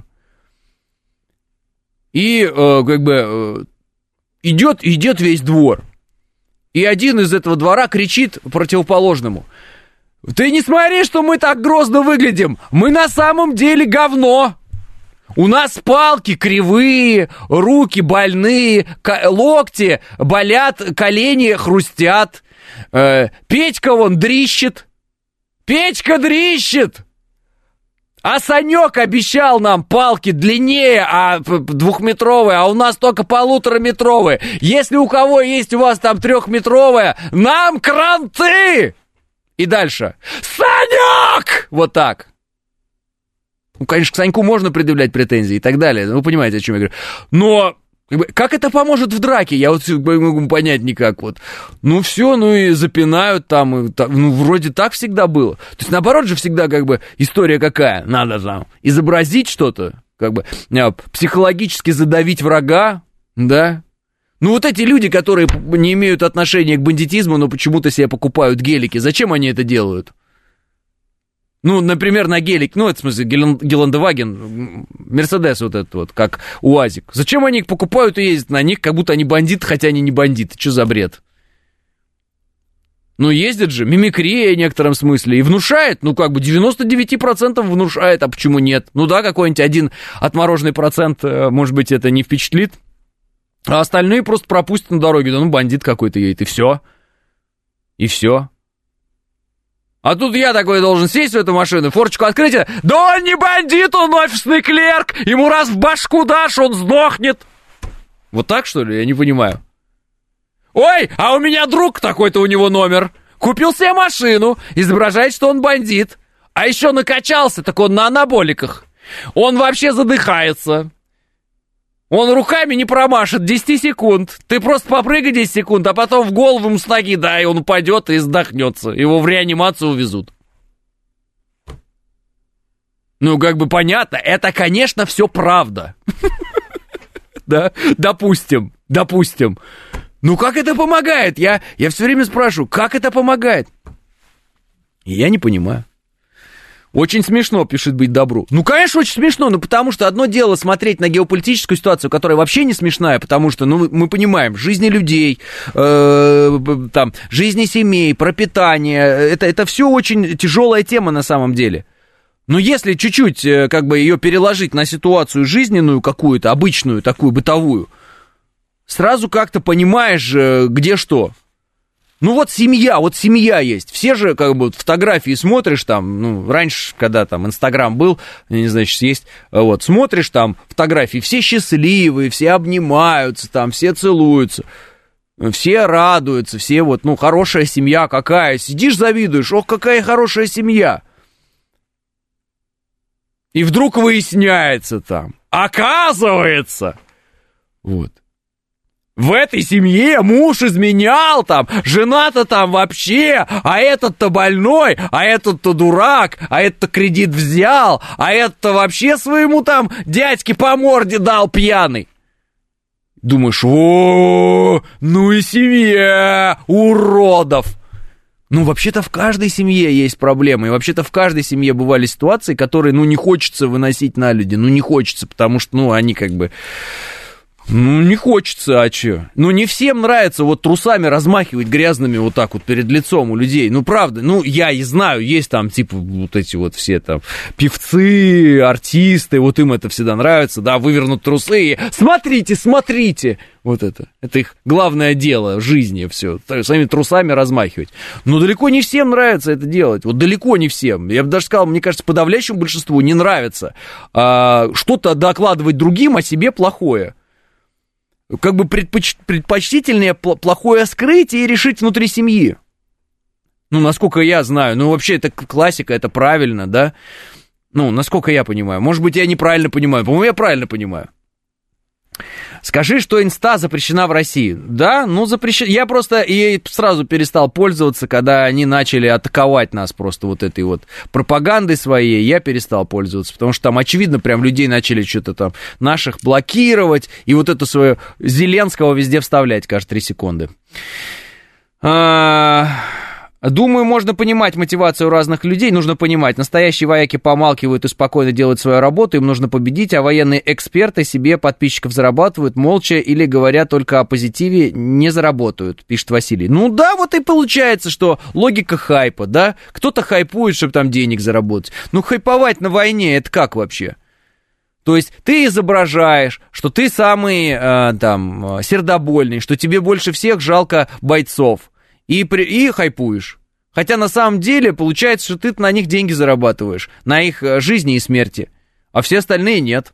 S3: И, э, как бы, э, идет, идет весь двор. И один из этого двора кричит противоположному. Ты не смотри, что мы так грозно выглядим. Мы на самом деле говно. У нас палки кривые, руки больные, локти болят, колени хрустят. Э, Петька вон дрищет. Петька дрищет! А Санек обещал нам палки длиннее, а двухметровые, а у нас только полутораметровые. Если у кого есть у вас там трехметровая, нам кранты! И дальше. Санек! Вот так. Ну, конечно, к Саньку можно предъявлять претензии и так далее. Вы понимаете, о чем я говорю. Но как, бы, как это поможет в драке? Я вот не могу понять никак. Вот. Ну, все, ну и запинают там. И, там. Ну, вроде так всегда было. То есть, наоборот же, всегда как бы история какая? Надо там изобразить что-то, как бы психологически задавить врага, да? Ну, вот эти люди, которые не имеют отношения к бандитизму, но почему-то себе покупают гелики, зачем они это делают? Ну, например, на гелик, ну, это в смысле Гелендваген, Мерседес вот этот вот, как УАЗик. Зачем они их покупают и ездят на них, как будто они бандиты, хотя они не бандиты? Что за бред? Ну, ездят же, мимикрия в некотором смысле, и внушает, ну, как бы девяносто девять процентов внушает, а почему нет? Ну да, какой-нибудь один отмороженный процент, может быть, это не впечатлит, а остальные просто пропустят на дороге, да ну, бандит какой-то едет, и все. И все. А тут я такой должен сесть в эту машину, форчику открыть, да он не бандит, он офисный клерк, ему раз в башку дашь, он сдохнет. Вот так, что ли? Я не понимаю. Ой, а у меня друг такой-то, у него номер. Купил себе машину, изображает, что он бандит. А еще накачался, так он на анаболиках. Он вообще задыхается. Он руками не промашет десять секунд. Ты просто попрыгай десять секунд, а потом в голову ему с ноги дай, и он упадет и сдохнется. Его в реанимацию увезут. Ну, как бы понятно, это, конечно, все правда. Да, допустим, допустим. Ну, как это помогает? Я, я все время спрашиваю, как это помогает? И я не понимаю. Очень смешно, пишет быть добру. Ну, конечно, очень смешно, ну, потому что одно дело смотреть на геополитическую ситуацию, которая вообще не смешная, потому что, ну, мы понимаем, жизни людей, э, там, жизни семей, пропитание, это, это все очень тяжелая тема на самом деле. Но если чуть-чуть, как бы, ее переложить на ситуацию жизненную какую-то, обычную, такую, бытовую, сразу как-то понимаешь, где что. Ну вот семья, вот семья есть. Все же, как бы, фотографии смотришь там, ну, раньше, когда там Инстаграм был, я не знаю, сейчас есть, вот, смотришь там фотографии, все счастливые, все обнимаются там, все целуются. Все радуются, все вот, ну, хорошая семья какая. Сидишь, завидуешь, ох, какая хорошая семья. И вдруг выясняется там, оказывается, вот, в этой семье муж изменял там, жена-то там вообще, а этот-то больной, а этот-то дурак, а этот-то кредит взял, а этот-то вообще своему там дядьке по морде дал пьяный. Думаешь, о, ну и семья уродов. Ну, вообще-то в каждой семье есть проблемы, и вообще-то в каждой семье бывали ситуации, которые, ну, не хочется выносить на люди, ну, не хочется, потому что, ну, они как бы, ну, не хочется, а чё? Ну, не всем нравится вот трусами размахивать грязными вот так вот перед лицом у людей, ну, правда, ну, я и знаю, есть там, типа, вот эти вот все там певцы, артисты, вот им это всегда нравится, да, вывернут трусы и смотрите, смотрите, вот это, это их главное дело в жизни, все, своими трусами размахивать. Но далеко не всем нравится это делать, вот далеко не всем. Я бы даже сказал, мне кажется, подавляющему большинству не нравится а, что-то докладывать другим, о себе плохое. Как бы предпоч- предпочтительнее плохое скрыть и решить внутри семьи. Ну, насколько я знаю, ну, вообще, это классика, это правильно, да? Ну, насколько я понимаю. Может быть, я неправильно понимаю. По-моему, я правильно понимаю. Скажи, что инста запрещена в России. Да, ну запрещена. Я просто ей сразу перестал пользоваться, когда они начали атаковать нас просто вот этой вот пропагандой своей. Я перестал пользоваться, потому что там, очевидно, прям людей начали что-то там наших блокировать и вот это свое Зеленского везде вставлять каждые три секунды. А... Думаю, можно понимать мотивацию разных людей, нужно понимать, настоящие вояки помалкивают и спокойно делают свою работу, им нужно победить, а военные эксперты себе подписчиков зарабатывают молча или, говоря только о позитиве, не заработают, пишет Василий. Ну да, вот и получается, что логика хайпа, да, кто-то хайпует, чтобы там денег заработать. Ну хайповать на войне, это как вообще? То есть ты изображаешь, что ты самый э, там сердобольный, что тебе больше всех жалко бойцов. И, при, и хайпуешь. Хотя на самом деле получается, что ты на них деньги зарабатываешь, на их жизни и смерти, а все остальные нет.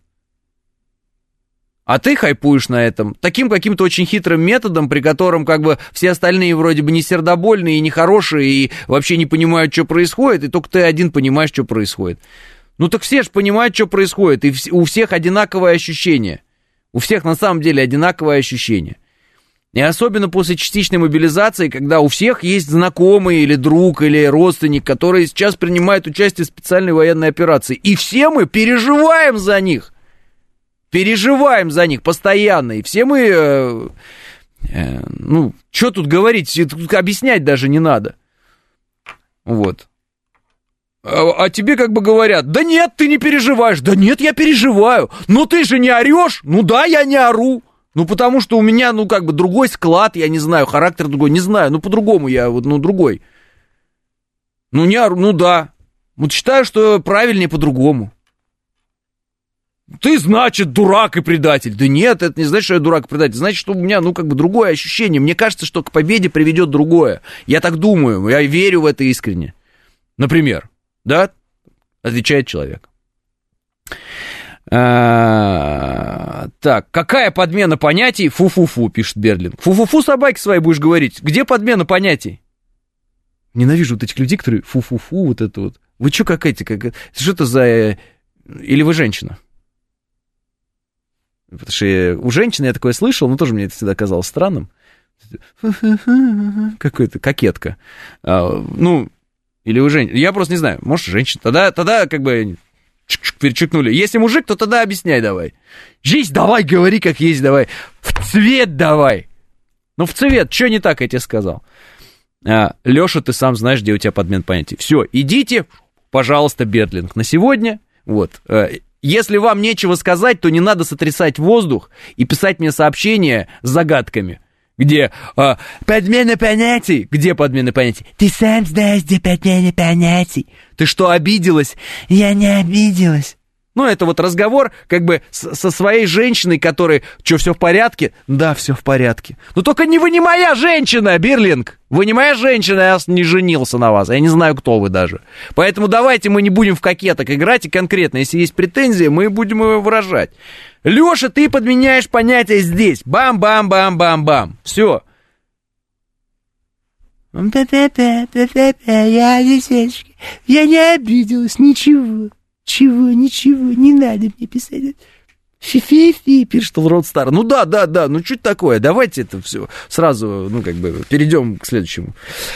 S3: А ты хайпуешь на этом таким каким-то очень хитрым методом, при котором как бы все остальные вроде бы не сердобольные, и не хорошие, и вообще не понимают, что происходит, и только ты один понимаешь, что происходит. Ну так все же понимают, что происходит, и у всех одинаковое ощущение. У всех на самом деле одинаковое ощущение. И особенно после частичной мобилизации, когда у всех есть знакомый или друг, или родственник, которые сейчас принимают участие в специальной военной операции. И все мы переживаем за них. Переживаем за них постоянно. И все мы, э, э, ну, что тут говорить, тут объяснять даже не надо. Вот. А, а тебе как бы говорят, да нет, ты не переживаешь. Да нет, я переживаю. Но ты же не орешь. Ну да, я не ору. Ну, потому что у меня, ну, как бы другой склад, я не знаю, характер другой, не знаю, ну, по-другому я, вот, ну, другой. Ну, не, ну, да. Вот считаю, что правильнее по-другому. Ты, значит, дурак и предатель. Да нет, это не значит, что я дурак и предатель. Значит, что у меня, ну, как бы другое ощущение. Мне кажется, что к победе приведет другое. Я так думаю, я верю в это искренне. Например, да, отвечает человек. А, так, какая подмена понятий? Фу-фу-фу, пишет Берлин. Фу-фу-фу собаке своей будешь говорить. Где подмена понятий? Ненавижу вот этих людей, которые фу-фу-фу, вот это вот. Вы что, как эти, как... Что это за... Или вы женщина? Потому что у женщины я такое слышал, но тоже мне это всегда казалось странным. Какая-то кокетка. А, ну, или вы женщина. Я просто не знаю, может, женщина. Тогда, тогда как бы... перечеркнули. Если мужик, то тогда объясняй давай. Жизнь давай, говори как есть давай. В цвет давай. Ну в цвет, что не так я тебе сказал? А, Леша, ты сам знаешь, где у тебя подмен понятий. Все, идите, пожалуйста, Бердлинг. На сегодня, вот. Если вам нечего сказать, то не надо сотрясать воздух и писать мне сообщения с загадками. Где а, подмена понятий? Где подмена понятий? Ты сам знаешь, где подмена понятий. Ты что, обиделась? Я не обиделась. Ну, это вот разговор как бы с, со своей женщиной, которой, что, все в порядке? Да, все в порядке. Но только не вы не моя женщина, Берлинг. Вы не моя женщина, я не женился на вас. Я не знаю, кто вы даже. Поэтому давайте мы не будем в кокеток играть, и конкретно, если есть претензии, мы будем ее выражать. Леша, ты подменяешь понятие здесь. Бам-бам-бам-бам-бам. Все. Я лисичка, я не обиделась, ничего, чего, ничего, не надо мне писать. Фи-фи-фи, пишет Роудстар. Ну да, да, да, ну что такое, давайте это все сразу, ну как бы, перейдем к следующему.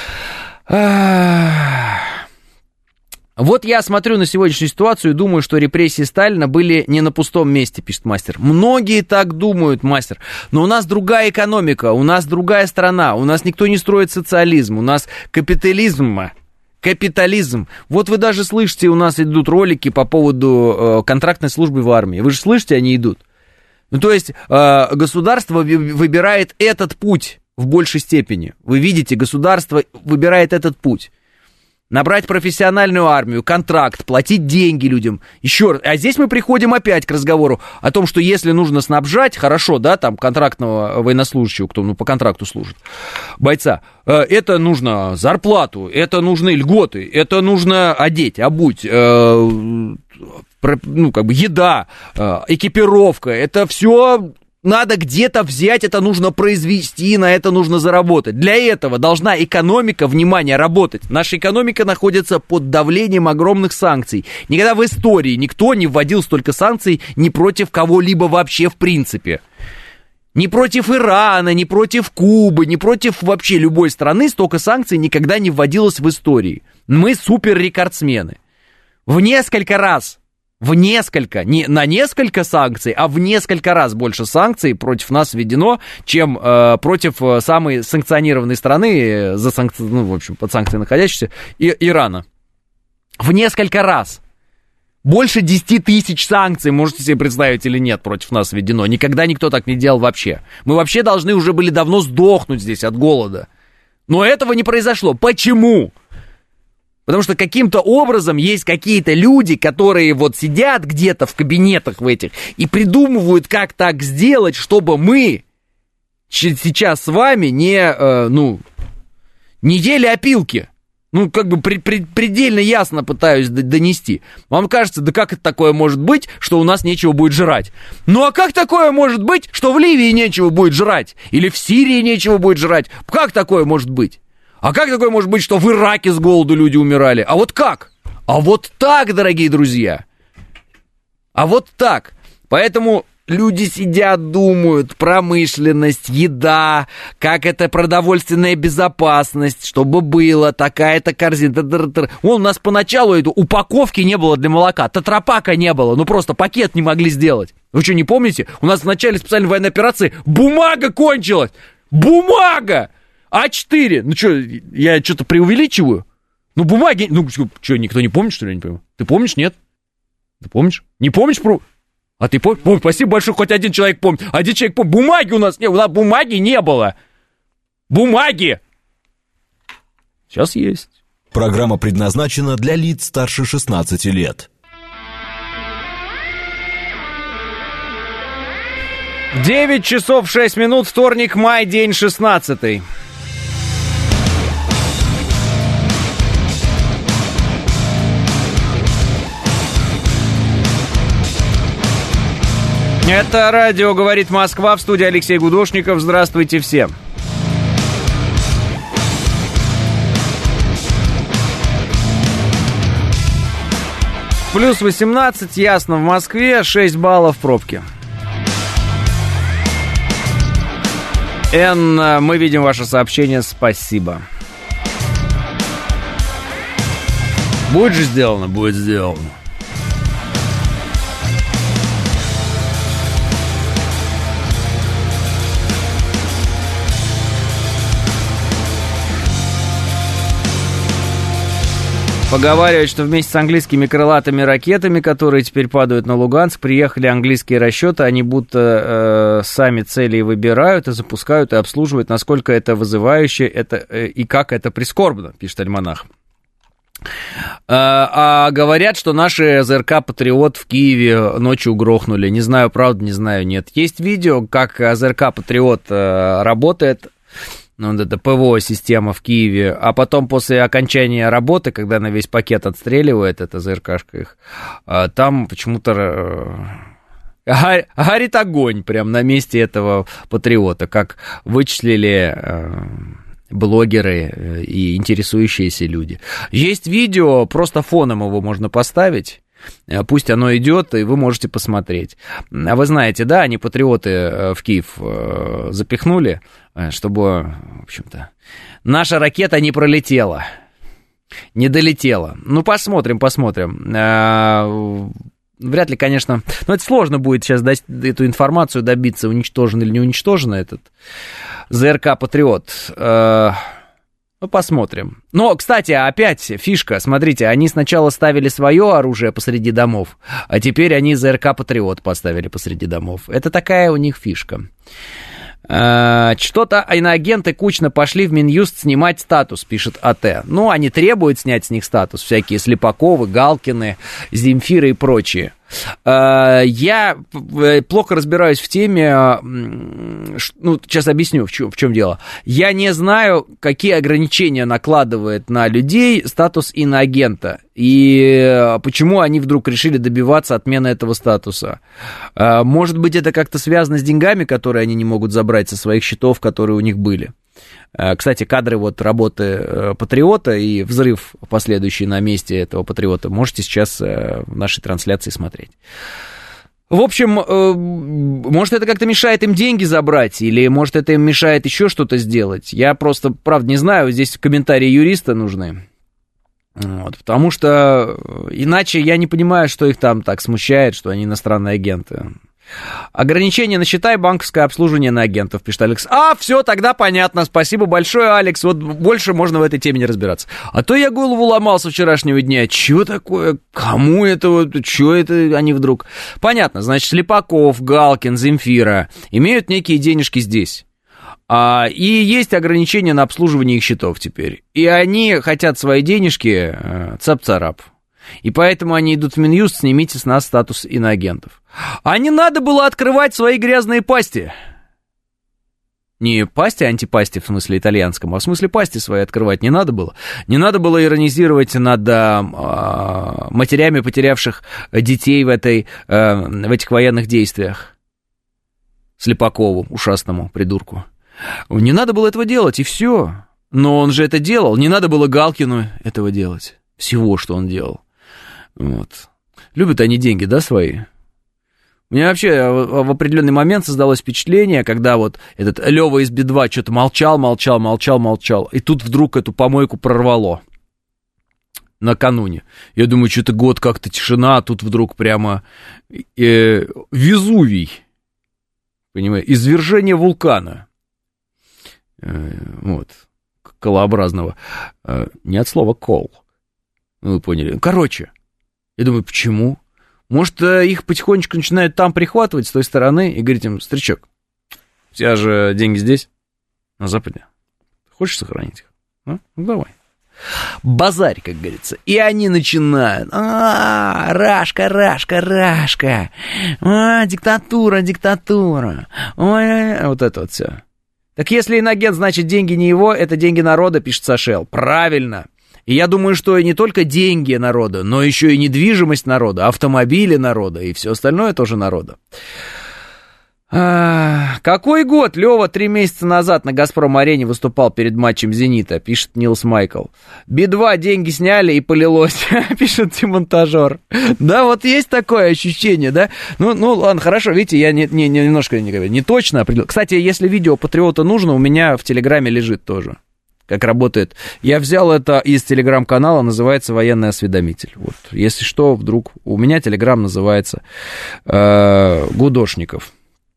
S3: Вот я смотрю на сегодняшнюю ситуацию и думаю, что репрессии Сталина были не на пустом месте, пишет мастер. Многие так думают, мастер. Но у нас другая экономика, у нас другая страна, у нас никто не строит социализм, у нас капитализм. Капитализм. Вот вы даже слышите, у нас идут ролики по поводу э, контрактной службы в армии. Вы же слышите, они идут. Ну, то есть э, государство выбирает этот путь в большей степени. Вы видите, государство выбирает этот путь. Набрать профессиональную армию, контракт, платить деньги людям. Еще раз. А здесь мы приходим опять к разговору о том, что если нужно снабжать, хорошо, да, там, контрактного военнослужащего, кто ну, по контракту служит, бойца, это нужно зарплату, это нужны льготы, это нужно одеть, обуть, э, ну, как бы еда, э, экипировка, это все... Надо где-то взять, это нужно произвести, на это нужно заработать. Для этого должна экономика, внимание, работать. Наша экономика находится под давлением огромных санкций. Никогда в истории никто не вводил столько санкций ни против кого-либо вообще в принципе. Ни против Ирана, ни против Кубы, ни против вообще любой страны столько санкций никогда не вводилось в истории. Мы суперрекордсмены. В несколько раз... В несколько, не на несколько санкций, а в несколько раз больше санкций против нас введено, чем э, против самой санкционированной страны, за санкци... ну, в общем, под санкцией находящейся, и, Ирана. В несколько раз. Больше десять тысяч санкций, можете себе представить или нет, против нас введено. Никогда никто так не делал вообще. Мы вообще должны уже были давно сдохнуть здесь от голода. Но этого не произошло. Почему? Потому что каким-то образом есть какие-то люди, которые вот сидят где-то в кабинетах в этих и придумывают, как так сделать, чтобы мы сейчас с вами не, э, ну, не ели опилки. Ну, как бы при, при, предельно ясно пытаюсь донести. Вам кажется, да как это такое может быть, что у нас нечего будет жрать? Ну, а как такое может быть, что в Ливии нечего будет жрать? Или в Сирии нечего будет жрать? Как такое может быть? А как такое может быть, что в Ираке с голоду люди умирали? А вот как? А вот так, дорогие друзья. А вот так. Поэтому люди сидят, думают, промышленность, еда, как это продовольственная безопасность, чтобы было, такая-то корзина. Вон у нас поначалу эту упаковки не было для молока, тетрапака не было, ну просто пакет не могли сделать. Вы что, не помните? У нас в начале специальной военной операции бумага кончилась. Бумага! а четыре, ну что, я что-то преувеличиваю? Ну, бумаги, ну, что, никто не помнит, что ли, я не понимаю? Ты помнишь, нет? Ты помнишь? Не помнишь про... А ты помнишь? Помнишь, спасибо большое, хоть один человек помнит. Один человек помнит. Бумаги у нас не было, бумаги не было. Бумаги! Сейчас есть.
S1: Программа предназначена для лиц старше шестнадцати лет.
S3: девять часов шесть минут, вторник, май, день шестнадцатый. Это радио «Говорит Москва», в студии Алексей Гудошников. Здравствуйте всем. Плюс восемнадцать, ясно, в Москве, шесть баллов пробки. Н, мы видим ваше сообщение, спасибо. Будет же сделано? Будет сделано. Поговаривают, что вместе с английскими крылатыми ракетами, которые теперь падают на Луганск, приехали английские расчеты, они будто э, сами цели выбирают и запускают, и обслуживают, насколько это вызывающе это, э, и как это прискорбно, пишет Альманах. А, а говорят, что наши ЗРК «Патриот» в Киеве ночью грохнули. Не знаю, правда, не знаю, нет. Есть видео, как ЗРК «Патриот» э, работает. Ну, вот эта ПВО-система в Киеве, а потом после окончания работы, когда на весь пакет отстреливает, это ЗРКшка их, там почему-то горит огонь прямо на месте этого патриота, как вычислили блогеры и интересующиеся люди. Есть видео, просто фоном его можно поставить. Пусть оно идет, и вы можете посмотреть. А вы знаете, да, они патриоты в Киев запихнули, чтобы, в общем-то, наша ракета не пролетела, не долетела. Ну, посмотрим, посмотрим. Вряд ли, конечно, но это сложно будет сейчас эту информацию добиться, уничтожен или не уничтожен этот ЗРК «Патриот». Ну, посмотрим. Но, кстати, опять фишка, смотрите, они сначала ставили свое оружие посреди домов, а теперь они ЗРК «Патриот» поставили посреди домов. Это такая у них фишка. Что-то иноагенты кучно пошли в Минюст снимать статус, пишет АТ. Ну, они требуют снять с них статус, всякие Слепаковы, Галкины, Земфиры и прочие. Я плохо разбираюсь в теме, ну, сейчас объясню, в чем, в чем дело. Я не знаю, какие ограничения накладывает на людей статус иноагента, и почему они вдруг решили добиваться отмены этого статуса. Может быть, это как-то связано с деньгами, которые они не могут забрать со своих счетов, которые у них были. Кстати, кадры вот работы «Патриота» и взрыв, последующий на месте этого «Патриота», можете сейчас в нашей трансляции смотреть. В общем, может, это как-то мешает им деньги забрать, или, может, это им мешает еще что-то сделать. Я просто, правда, не знаю, здесь комментарии юриста нужны. Вот, потому что иначе я не понимаю, что их там так смущает, что они иностранные агенты. Ограничение на счета и банковское обслуживание на агентов, пишет Алекс. А, все, тогда понятно, спасибо большое, Алекс, вот больше можно в этой теме не разбираться. А то я голову ломал со вчерашнего дня, чё такое, кому это, вот, чё это они вдруг... Понятно, значит, Слепаков, Галкин, Земфира имеют некие денежки здесь. А, и есть ограничения на обслуживание их счетов теперь. И они хотят свои денежки э, цап-царап. И поэтому они идут в Минюст, снимите с нас статус иноагентов. А не надо было открывать свои грязные пасти. Не пасти, антипасти, в смысле итальянском, а в смысле пасти свои открывать не надо было. Не надо было иронизировать над а, матерями, потерявших детей в, этой, а, в этих военных действиях. Слепакову, ушастому придурку. Не надо было этого делать, и все. Но он же это делал. Не надо было Галкину этого делать. Всего, что он делал. Вот. Любят они деньги, да, свои? У меня вообще в определенный момент создалось впечатление, когда вот этот Лёва из Би два что-то молчал, молчал, молчал, молчал, и тут вдруг эту помойку прорвало накануне. Я думаю, что-то год как-то тишина, а тут вдруг прямо э, Везувий, понимаете, извержение вулкана, э, вот, колообразного, э, не от слова кол, вы поняли. Короче, я думаю, почему? Может, их потихонечку начинают там прихватывать с той стороны и говорить им: старичок, у тебя же деньги здесь, на Западе. Хочешь сохранить их? А? Ну, давай. Базарь, как говорится. И они начинают: а, Рашка, Рашка, Рашка, а, диктатура, диктатура. Ой, вот это вот все. Так если инагент, значит, деньги не его, это деньги народа, пишет Сашел. Правильно. И я думаю, что не только деньги народа, но еще и недвижимость народа, автомобили народа и все остальное тоже народа. А, какой год? Лёва три месяца назад на «Газпром-арене» выступал перед матчем «Зенита», пишет Нилс Майкл. Би два деньги сняли и полилось, пишет демонтажер. Да, вот есть такое ощущение, да? Ну, ну ладно, хорошо, видите, я не, не, немножко не, не точно определил. Кстати, если видео «Патриота» нужно, у меня в Телеграме лежит тоже. Как работает. Я взял это из телеграм-канала, называется «Военный осведомитель». Вот, если что, вдруг у меня телеграм называется э, «Гудошников».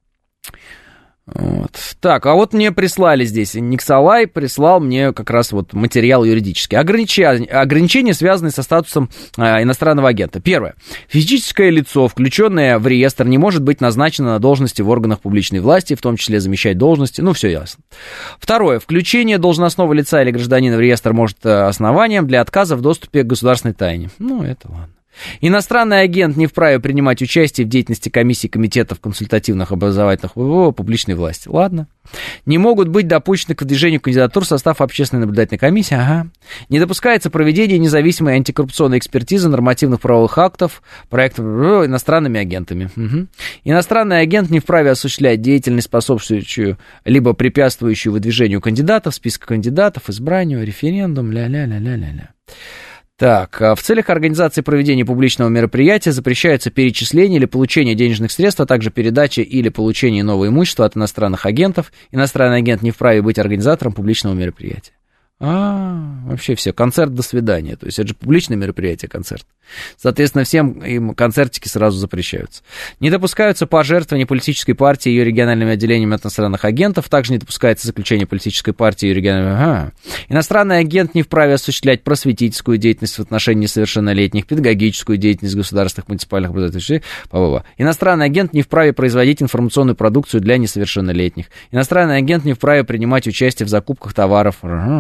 S3: Вот. Так, а вот мне прислали здесь, Никсалай прислал мне как раз вот материал юридический. Ограничения, ограничения связанные со статусом э, иностранного агента. Первое. Физическое лицо, включенное в реестр, не может быть назначено на должности в органах публичной власти, в том числе замещать должности. Ну, все ясно. Второе. Включение должностного лица или гражданина в реестр может основанием для отказа в доступе к государственной тайне. Ну, это ладно. Иностранный агент не вправе принимать участие в деятельности комиссий, комитетов, консультативных, образовательных о, публичной власти. Ладно. Не могут быть допущены к выдвижению кандидатур в состав общественной наблюдательной комиссии. Ага. Не допускается проведение независимой антикоррупционной экспертизы нормативных правовых актов, проектов о, иностранными агентами. Угу. Иностранный агент не вправе осуществлять деятельность, способствующую либо препятствующую выдвижению кандидатов, списка кандидатов, избранию, референдум, ля-ля-ля-ля-ля-ля. Так, в целях организации проведения публичного мероприятия запрещается перечисление или получение денежных средств, а также передача или получение нового имущества от иностранных агентов. Иностранный агент не вправе быть организатором публичного мероприятия. А, вообще все, концерт, до свидания. То есть это же публичное мероприятие, концерт. Соответственно, всем им концертики сразу запрещаются. Не допускаются пожертвования политической партии и ее региональными отделениями от иностранных агентов. Также не допускается заключение политической партии и ее региональными... Ага. Иностранный агент не вправе осуществлять просветительскую деятельность в отношении несовершеннолетних, педагогическую деятельность государственных, муниципальных образовательных. Иностранный агент не вправе производить информационную продукцию для несовершеннолетних. Иностранный агент не вправе принимать участие в закупках товаров.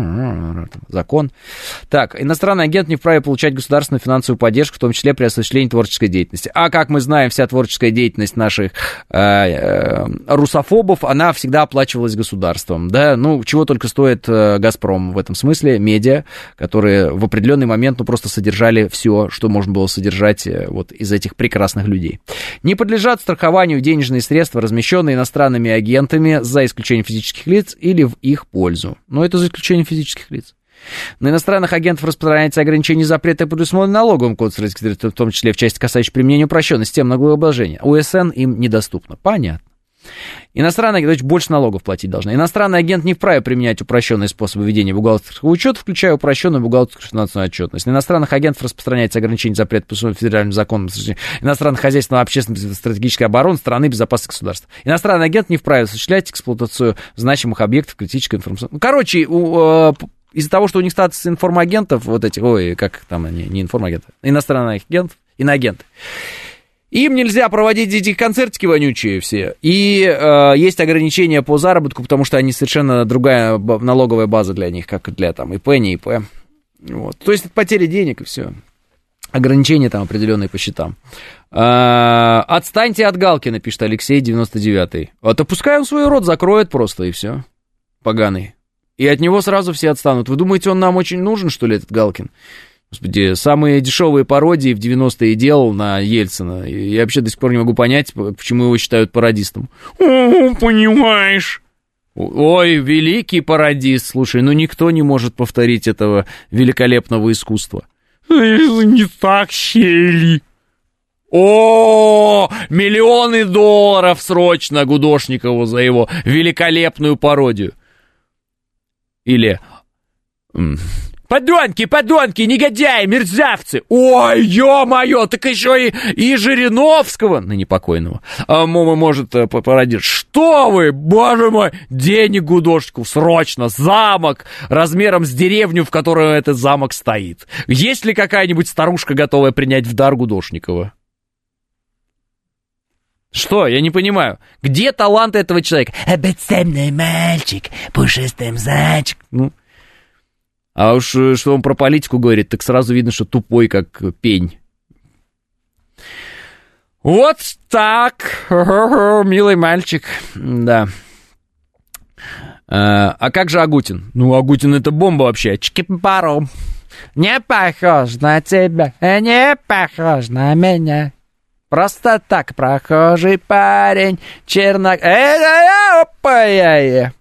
S3: Закон. Так, иностранный агент не вправе получать государственную финансовую поддержку, в том числе при осуществлении творческой деятельности. А как мы знаем, вся творческая деятельность наших э, э, русофобов, она всегда оплачивалась государством. Да? Ну, чего только стоит э, «Газпром» в этом смысле, медиа, которые в определенный момент ну, просто содержали все, что можно было содержать э, вот из этих прекрасных людей. Не подлежат страхованию денежные средства, размещенные иностранными агентами, за исключением физических лиц или в их пользу. Но это за исключением физических лиц. На иностранных агентов распространяется ограничение запрета, предусмотренное налоговым кодексом, в том числе в части, касающейся применения упрощенной системы налогообложения. УСН им недоступно. Понятно. Иностранный агент, больше налогов платить должны. Иностранный агент не вправе применять упрощенные способы ведения бухгалтерского учета, включая упрощенную бухгалтерскую финансовую отчетность. На иностранных агентов распространяется ограничение запрета по федеральным законам иностранного хозяйственного, общественной, стратегической обороны, страны, безопасности государства. Иностранный агент не вправе осуществлять эксплуатацию значимых объектов критической информации. Ну, короче, у, из-за того, что у них статус информагентов, вот этих, ой, как там они, не информагенты, иностранных агентов, иноагенты, им нельзя проводить эти концертики вонючие все. И э, есть ограничения по заработку, потому что они совершенно другая налоговая база для них, как для там ИП, не ИП. Вот. То есть это потеря денег и все. Ограничения там определенные по счетам. Э, отстаньте от Галкина, пишет Алексей, девяносто девятый. А то пускай он свой рот закроет просто, и все. Поганый. И от него сразу все отстанут. Вы думаете, он нам очень нужен, что ли, этот Галкин? Господи, самые дешевые пародии в девяностые делал на Ельцина. Я вообще до сих пор не могу понять, почему его считают пародистом. О, понимаешь. Ой, великий пародист. Слушай, ну никто не может повторить этого великолепного искусства. Не так, щели. О, миллионы долларов срочно Гудошникову за его великолепную пародию. Или... Подонки, подонки, негодяи, мерзавцы. Ой, ё-моё, так еще и, и Жириновского, ну, непокойного, а, может пародировать. Что вы, боже мой, денег Гудошникову, срочно, замок размером с деревню, в которой этот замок стоит. Есть ли какая-нибудь старушка, готовая принять в дар Гудошникова? Что? Я не понимаю. Где талант этого человека? Обетсемный мальчик, пушистым зайчик. Ну... А уж что он про политику говорит, так сразу видно, что тупой, как пень. Вот так, милый мальчик, да. А, а как же Агутин? Ну, Агутин это бомба вообще. Чики-пару. Не похож на тебя, не похож на меня. Просто так, прохожий парень, чернок... Опа-я-я.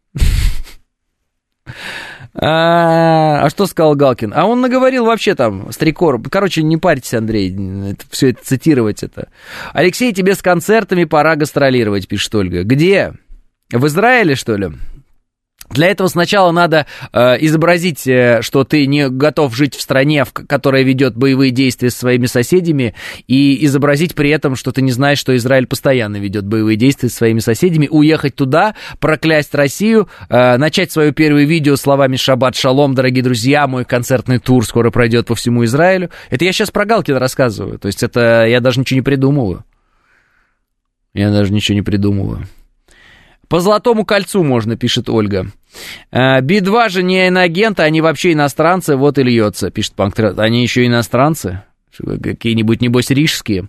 S3: А, а что сказал Галкин? А он наговорил вообще там, стрекор. Короче, не парьтесь, Андрей, это, все это цитировать это. Алексей, тебе с концертами пора гастролировать, пишет Ольга. Где? В Израиле, что ли? Для этого сначала надо э, изобразить, э, что ты не готов жить в стране, в, которая ведет боевые действия с своими соседями, и изобразить при этом, что ты не знаешь, что Израиль постоянно ведет боевые действия с своими соседями, уехать туда, проклясть Россию, э, начать свое первое видео словами «Шаббат шалом, дорогие друзья, мой концертный тур скоро пройдет по всему Израилю». Это я сейчас про Галкина рассказываю, то есть это я даже ничего не придумываю. Я даже ничего не придумываю. По Золотому кольцу можно, пишет Ольга. Би два же не иноагенты, они вообще иностранцы, вот и льется, пишет Панк. Они еще иностранцы? Какие-нибудь, небось, рижские.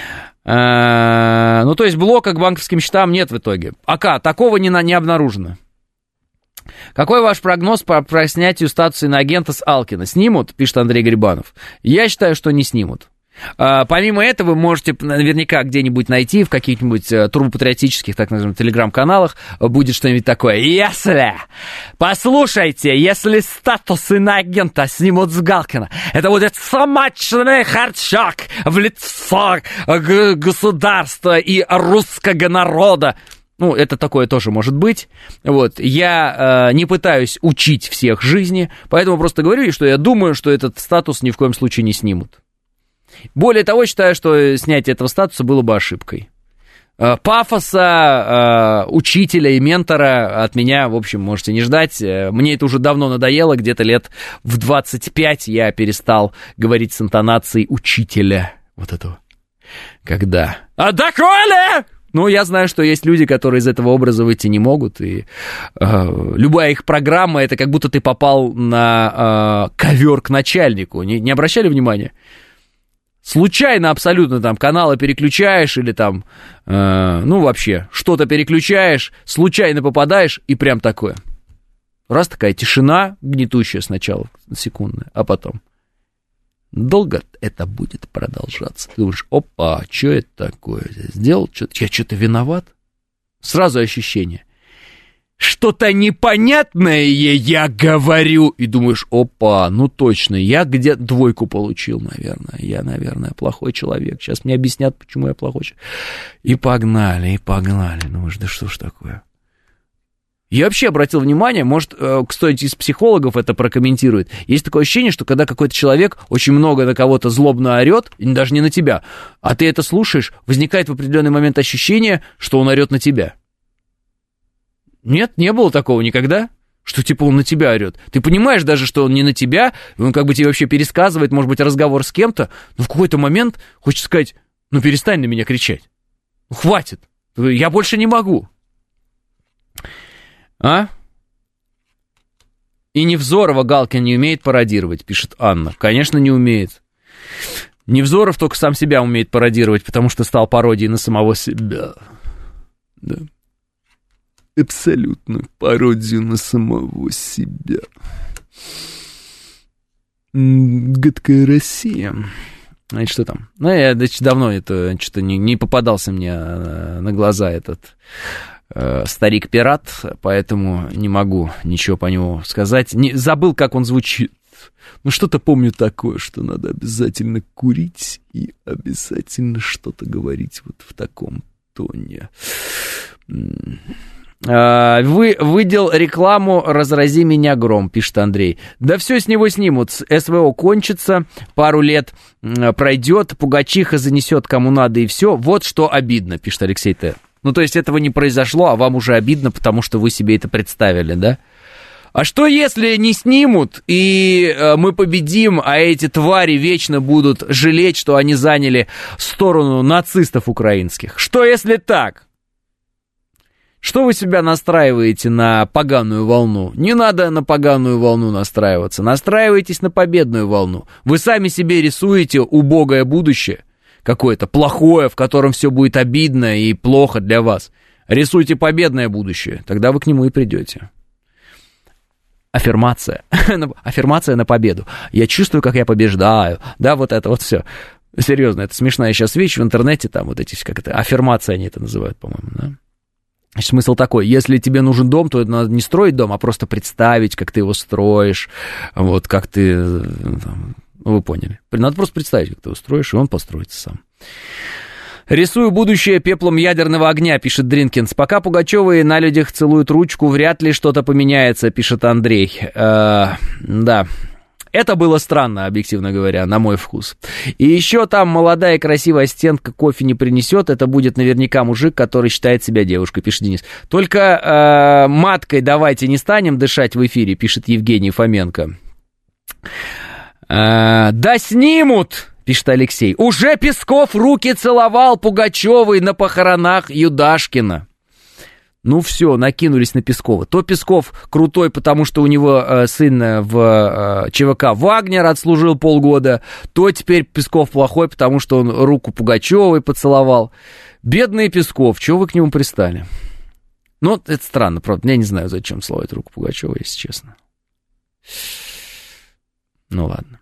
S3: А, ну, то есть блока к банковским счетам нет в итоге. АК, такого не, на, не обнаружено. Какой ваш прогноз по, по снятию статуса иноагента с Алкина? Снимут, пишет Андрей Грибанов. Я считаю, что не снимут. А, помимо этого, вы можете наверняка где-нибудь найти в каких-нибудь а, турбопатриотических, так называемых, телеграм-каналах будет что-нибудь такое. Если, послушайте, если статус иноагента снимут с Галкина, это будет смачный харчак в лицо г- государства и русского народа. Ну, это такое тоже может быть. Вот. Я э, не пытаюсь учить всех жизни, поэтому просто говорю, что я думаю, что этот статус ни в коем случае не снимут. Более того, считаю, что снятие этого статуса было бы ошибкой. Э, пафоса э, учителя и ментора от меня, в общем, можете не ждать. Мне это уже давно надоело, где-то лет в двадцать пять я перестал говорить с интонацией учителя. Вот этого. Когда? А да, Коля! Ну, я знаю, что есть люди, которые из этого образа выйти не могут, и э, любая их программа, это как будто ты попал на э, ковер к начальнику. Не, не обращали внимания? Случайно абсолютно там каналы переключаешь или там, э, ну, вообще, что-то переключаешь, случайно попадаешь, и прям такое. Раз такая тишина гнетущая сначала, секундная, а потом... Долго это будет продолжаться. Ты думаешь, опа, что это такое? Сделал что-то? Я что-то виноват? Сразу ощущение. Что-то непонятное я говорю. И думаешь, опа, ну точно, я где-то двойку получил, наверное. Я, наверное, плохой человек. Сейчас мне объяснят, почему я плохой человек. И погнали, и погнали. Думаешь, да что ж такое? Я вообще обратил внимание, может, кто-нибудь из психологов это прокомментирует. Есть такое ощущение, что когда какой-то человек очень много на кого-то злобно орет, даже не на тебя, а ты это слушаешь, возникает в определенный момент ощущение, что он орет на тебя. Нет, не было такого никогда, что типа он на тебя орет. Ты понимаешь даже, что он не на тебя, он как бы тебе вообще пересказывает, может быть, разговор с кем-то, но в какой-то момент хочется сказать, ну перестань на меня кричать, ну, хватит, я больше не могу. А? И Невзорова Галкин не умеет пародировать, пишет Анна. Конечно, не умеет. Невзоров только сам себя умеет пародировать, потому что стал пародией на самого себя. Да. Абсолютно пародию на самого себя. Гадкая Россия. Значит, что там? Ну, я давно это что-то не, не попадался мне на глаза этот... старик-пират, поэтому не могу ничего по нему сказать. Не, забыл, как он звучит. Ну, что-то помню такое, что надо обязательно курить и обязательно что-то говорить вот в таком тоне. А, вы выдел рекламу «Разрази меня гром», пишет Андрей. Да все с него снимут. СВО кончится, пару лет пройдет, Пугачиха занесет кому надо и все. Вот что обидно, пишет Алексей Т. Ну, то есть этого не произошло, а вам уже обидно, потому что вы себе это представили, да? А что если не снимут, и э, мы победим, а эти твари вечно будут жалеть, что они заняли сторону нацистов украинских? Что если так? Что вы себя настраиваете на поганую волну? Не надо на поганую волну настраиваться. Настраивайтесь на победную волну. Вы сами себе рисуете убогое будущее, какое-то плохое, в котором все будет обидно и плохо для вас. Рисуйте победное будущее, тогда вы к нему и придете. Аффирмация. Аффирмация на победу. Я чувствую, как я побеждаю. Да, вот это вот все. Серьезно, это смешная сейчас вещь в интернете, там вот эти, как это, аффирмации они это называют, по-моему, да? Значит, смысл такой, если тебе нужен дом, то надо не строить дом, а просто представить, как ты его строишь, вот, как ты... Ну, вы поняли. Надо просто представить, как ты устроишь, и он построится сам. Рисую будущее пеплом ядерного огня, пишет Дринкинс. Пока Пугачёвы на людях целуют ручку, вряд ли что-то поменяется, пишет Андрей. Э, да, это было странно, объективно говоря, на мой вкус. И еще там молодая красивая ассистентка кофе не принесет, это будет наверняка мужик, который считает себя девушкой, пишет Денис. Только э, маткой давайте не станем дышать в эфире, пишет Евгений Фоменко. А, да снимут, пишет Алексей. Уже Песков руки целовал Пугачевой на похоронах Юдашкина. Ну все, накинулись на Пескова. То Песков крутой, потому что у него э, сын в э, ЧВК «Вагнер» отслужил полгода, то теперь Песков плохой, потому что он руку Пугачевой поцеловал. Бедный Песков, чего вы к нему пристали? Ну, это странно, правда. Я не знаю, зачем целовать руку Пугачевой, если честно. Ну ладно.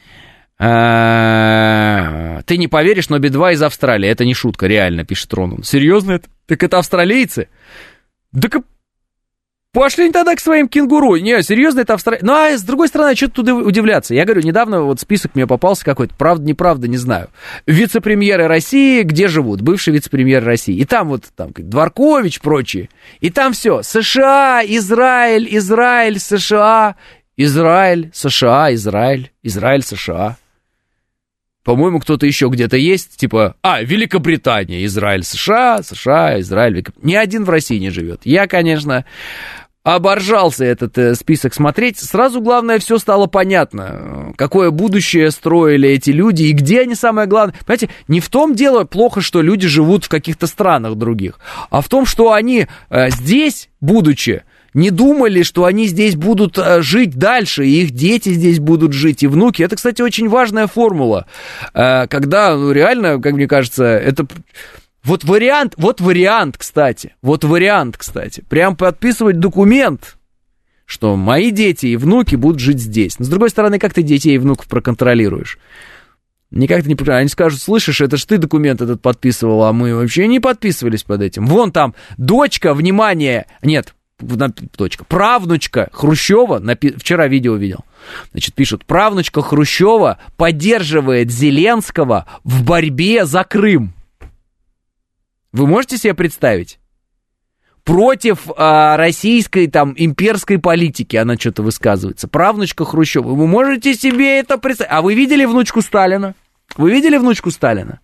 S3: А-а-а, ты не поверишь, но Би два из Австралии. Это не шутка, реально, пишет Ронан. Серьезно это? Так это австралийцы? Так пошли тогда к своим кенгуру. Не, серьезно, это Австралия. Ну, а с другой стороны, что-то туда удивляться. Я говорю, недавно вот список мне попался какой-то, правда, неправда, не знаю. Вице-премьеры России, где живут? Бывший вице-премьер России. И там вот, там, Дворкович, прочие. И там все. США, Израиль, Израиль, США, Израиль, США, Израиль, Израиль, США. По-моему, кто-то еще где-то есть, типа, а, Великобритания, Израиль, США, США, Израиль, Великобритания. Ни один в России не живет. Я, конечно, оборжался этот э, список смотреть. Сразу, главное, все стало понятно. Какое будущее строили эти люди и где они, самое главное. Понимаете, не в том дело плохо, что люди живут в каких-то странах других, а в том, что они э, здесь, будучи, не думали, что они здесь будут жить дальше, и их дети здесь будут жить, и внуки. Это, кстати, очень важная формула, когда, ну, реально, как мне кажется, это... Вот вариант, вот вариант, кстати, вот вариант, кстати, прям подписывать документ, что мои дети и внуки будут жить здесь. Но, с другой стороны, как ты детей и внуков проконтролируешь? Никак ты не проконтролируешь. Они скажут, слышишь, это ж ты документ этот подписывал, а мы вообще не подписывались под этим. Вон там, дочка, внимание, нет, точка. Правнучка Хрущева, напи... вчера видео видел, значит, пишут, правнучка Хрущева поддерживает Зеленского в борьбе за Крым. Вы можете себе представить? Против а, российской, там, имперской политики она что-то высказывается. Правнучка Хрущева. Вы можете себе это представить? А вы видели внучку Сталина? Вы видели внучку Сталина?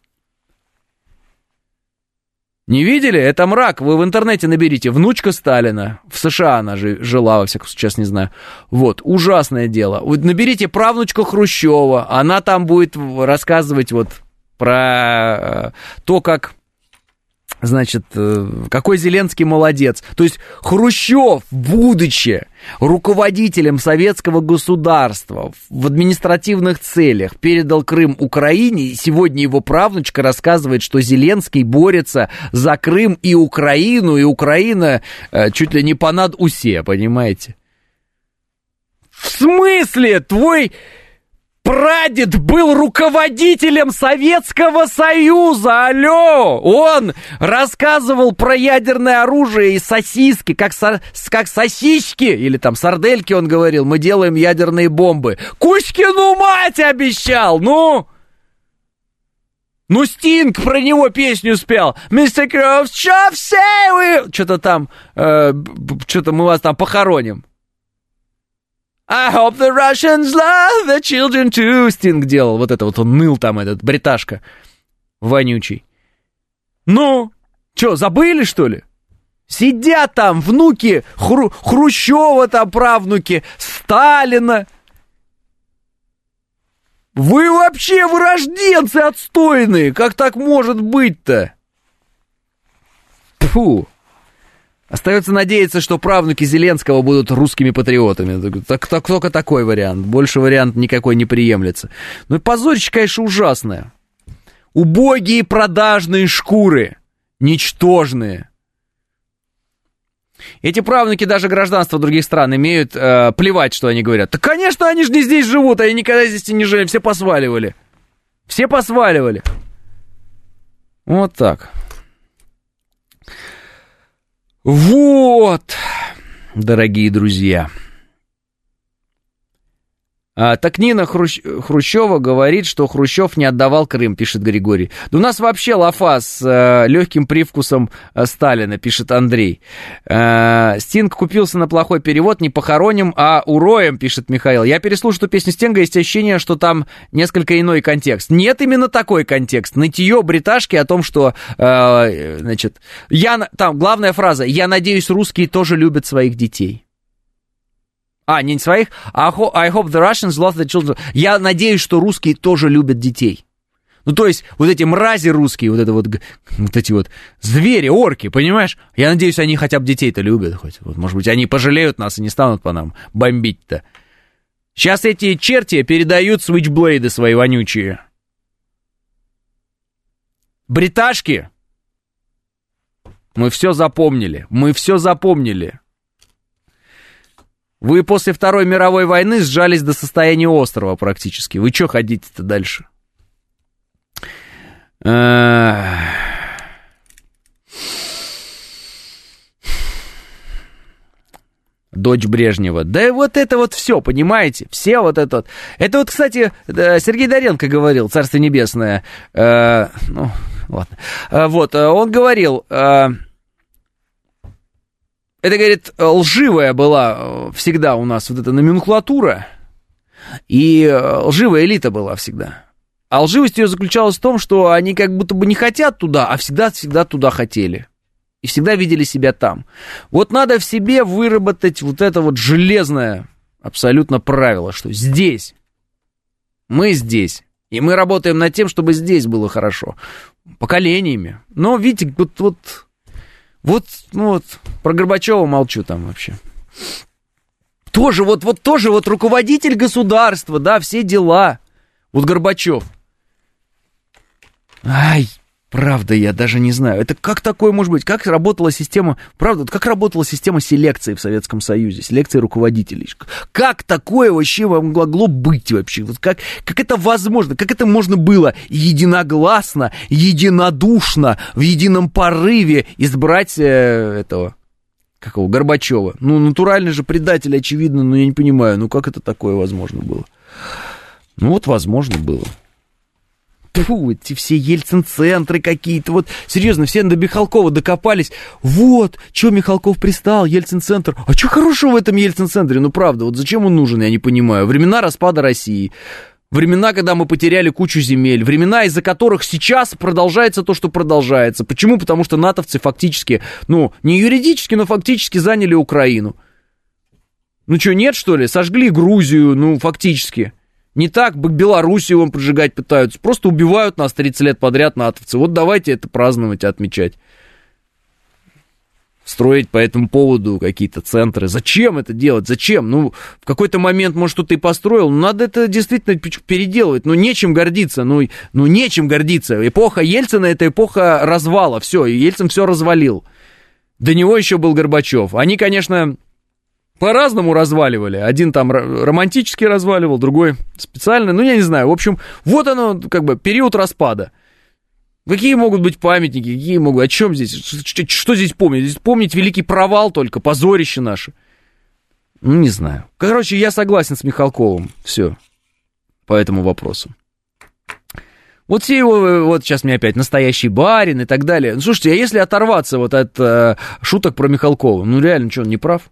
S3: Не видели? Это мрак. Вы в интернете наберите «внучка Сталина». В США она же жила, во всяком случае, сейчас не знаю. Вот, ужасное дело. Вот наберите «правнучка Хрущева». Она там будет рассказывать вот про то, как, значит, какой Зеленский молодец. То есть Хрущев, будучи руководителем советского государства, в административных целях передал Крым Украине, и сегодня его правнучка рассказывает, что Зеленский борется за Крым и Украину, и Украина э, чуть ли не понад усе, понимаете? В смысле? Твой прадед был руководителем Советского Союза, алло! Он рассказывал про ядерное оружие и сосиски, как, со, как сосиски, или там сардельки, он говорил, мы делаем ядерные бомбы. Кузькину мать обещал, ну! Ну, Стинг про него песню спел. мистер Хрущев, say we... Что-то там, э, что-то мы вас там похороним. I hope the Russians love the children too. Стинг делал. Вот это вот он ныл там, этот бриташка вонючий. Ну, что, забыли, что ли? Сидят там внуки Хру- Хрущева, там правнуки Сталина. Вы вообще вырожденцы отстойные. Как так может быть-то? Фу. Остается надеяться, что правнуки Зеленского будут русскими патриотами. Так, так, только такой вариант. Больше вариант никакой не приемлется. Ну и позорище, конечно, ужасное. Убогие продажные шкуры. Ничтожные. Эти правнуки даже гражданство других стран имеют, э, плевать, что они говорят. Да, конечно, они же не здесь живут, они никогда здесь не жили. Все посваливали. Все посваливали. Вот так. Вот, дорогие друзья. А, так Нина Хрущ... Хрущева говорит, что Хрущев не отдавал Крым, пишет Григорий. Да у нас вообще лафа с э, легким привкусом э, Сталина, пишет Андрей. Э, Стинг купился на плохой перевод, не похороним, а уроем, пишет Михаил. Я переслушал эту песню Стинга, есть ощущение, что там несколько иной контекст. Нет, именно такой контекст. Нытье бриташки о том, что, э, значит, я, там главная фраза, я надеюсь, русские тоже любят своих детей. А, не своих. I hope the Russians love the children. Я надеюсь, что русские тоже любят детей. Ну, то есть, вот эти мрази русские, вот это вот, вот эти вот звери, орки, понимаешь? Я надеюсь, они хотя бы детей-то любят хоть. Вот, может быть, они пожалеют нас и не станут по нам бомбить-то. Сейчас эти черти передают свитчблейды свои вонючие. Бриташки, мы все запомнили, мы все запомнили. Вы после Второй мировой войны сжались до состояния острова практически. Вы что ходите-то дальше? Дочь Брежнева. Да вот это вот все, понимаете? Все вот это вот. Это вот, кстати, Сергей Доренко говорил, Царство Небесное. Э, ну, ладно. Вот, он говорил... Э, это, говорит, лживая была всегда у нас вот эта номенклатура, и лживая элита была всегда. А лживость ее заключалась в том, что они как будто бы не хотят туда, а всегда-всегда туда хотели. И всегда видели себя там. Вот надо в себе выработать вот это вот железное абсолютно правило, что здесь, мы здесь, и мы работаем над тем, чтобы здесь было хорошо. Поколениями. Но, видите, вот, вот, вот, ну вот, про Горбачева молчу там вообще. Тоже вот, вот тоже вот руководитель государства, да, все дела. Вот Горбачев. Ай, правда, я даже не знаю. Это как такое может быть? Как работала система, правда, как работала система селекции в Советском Союзе, селекции руководителей? Как такое вообще могло быть вообще? Вот как, как это возможно? Как это можно было единогласно, единодушно, в едином порыве избрать э, этого, какого, Горбачева? Ну, натуральный же предатель, очевидно, но я не понимаю, ну как это такое возможно было? Ну вот, возможно, было. Фу, эти все Ельцин-центры какие-то, вот, серьезно, все до Михалкова докопались. Вот, что Михалков пристал, Ельцин-центр. А что хорошего в этом Ельцин-центре? Ну, правда, вот зачем он нужен, я не понимаю. Времена распада России, времена, когда мы потеряли кучу земель, времена, из-за которых сейчас продолжается то, что продолжается. Почему? Потому что натовцы фактически, ну, не юридически, но фактически заняли Украину. Ну, что, нет, что ли? Сожгли Грузию, ну, фактически. Не так, Белоруссию вам поджигать пытаются, просто убивают нас тридцать лет подряд натовцы. Вот давайте это праздновать и отмечать. Строить по этому поводу какие-то центры. Зачем это делать? Зачем? Ну, в какой-то момент, может, кто-то и построил, но надо это действительно переделывать. Ну, нечем гордиться, ну, ну, нечем гордиться. Эпоха Ельцина — это эпоха развала, все, и Ельцин все развалил. До него еще был Горбачев. Они, конечно... По-разному разваливали. Один там романтически разваливал, другой специально. Ну, я не знаю. В общем, вот оно, как бы, период распада. Какие могут быть памятники? Какие могут... О чем здесь? Что здесь помнить? Здесь помнить великий провал только, позорище наше. Ну, не знаю. Короче, я согласен с Михалковым. Все. По этому вопросу. Вот все его, вот сейчас мне опять настоящий барин и так далее. Ну, слушайте, а если оторваться вот от э, шуток про Михалкова? Ну, реально, что, он не прав?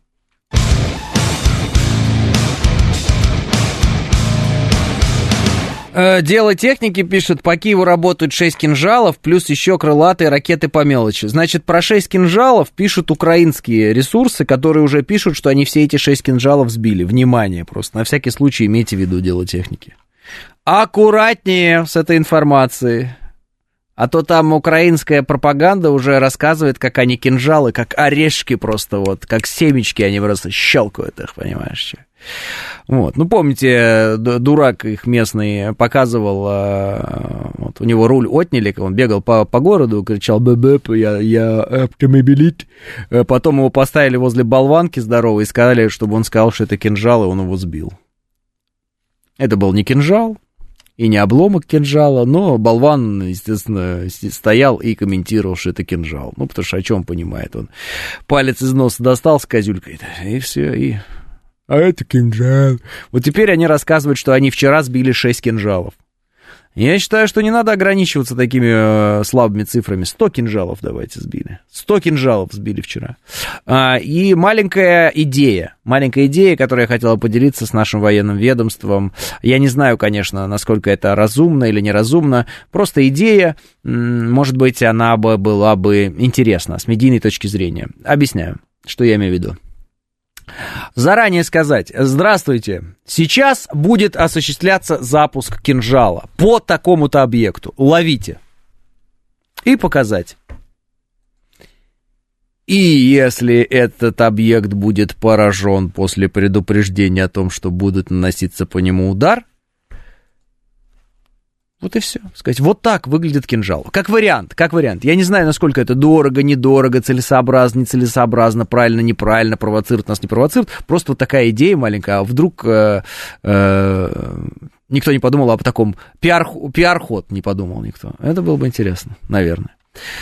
S3: Дело техники пишет, по Киеву работают шесть кинжалов, плюс еще крылатые ракеты по мелочи. Значит, про шесть кинжалов пишут украинские ресурсы, которые уже пишут, что они все эти шесть кинжалов сбили. Внимание просто, на всякий случай имейте в виду дело техники. Аккуратнее с этой информацией. А то там украинская пропаганда уже рассказывает, как они кинжалы, как орешки просто вот, как семечки, они просто щелкают их, понимаешь? Вот, ну помните, дурак их местный показывал, вот у него руль отняли, он бегал по, по городу, кричал «Бэбэп, я, я автомобилит». Потом его поставили возле болванки здоровой и сказали, чтобы он сказал, что это кинжал, и он его сбил. Это был не кинжал. И не обломок кинжала, но болван, естественно, стоял и комментировал, что это кинжал. Ну, потому что о чем понимает он? Палец из носа достал с козюлькой, и все, и... А это кинжал. Вот теперь они рассказывают, что они вчера сбили шесть кинжалов. Я считаю, что не надо ограничиваться такими э, слабыми цифрами. сто кинжалов давайте сбили. сто кинжалов сбили вчера. А, и маленькая идея. Маленькая идея, которую я хотел поделиться с нашим военным ведомством. Я не знаю, конечно, насколько это разумно или неразумно. Просто идея, может быть, она бы была бы интересна с медийной точки зрения. Объясняю, что я имею в виду. Заранее сказать, здравствуйте, сейчас будет осуществляться запуск кинжала по такому-то объекту, ловите. И показать. И если этот объект будет поражен после предупреждения о том, что будут наноситься по нему удар, вот и все. Сказать, вот так выглядит кинжал. Как вариант, как вариант. Я не знаю, насколько это дорого, недорого, целесообразно, нецелесообразно, правильно, неправильно, провоцирует нас, не провоцирует. Просто вот такая идея маленькая. А вдруг э, э, никто не подумал об таком пиар, пиар-ход, не подумал никто. Это было бы интересно, наверное.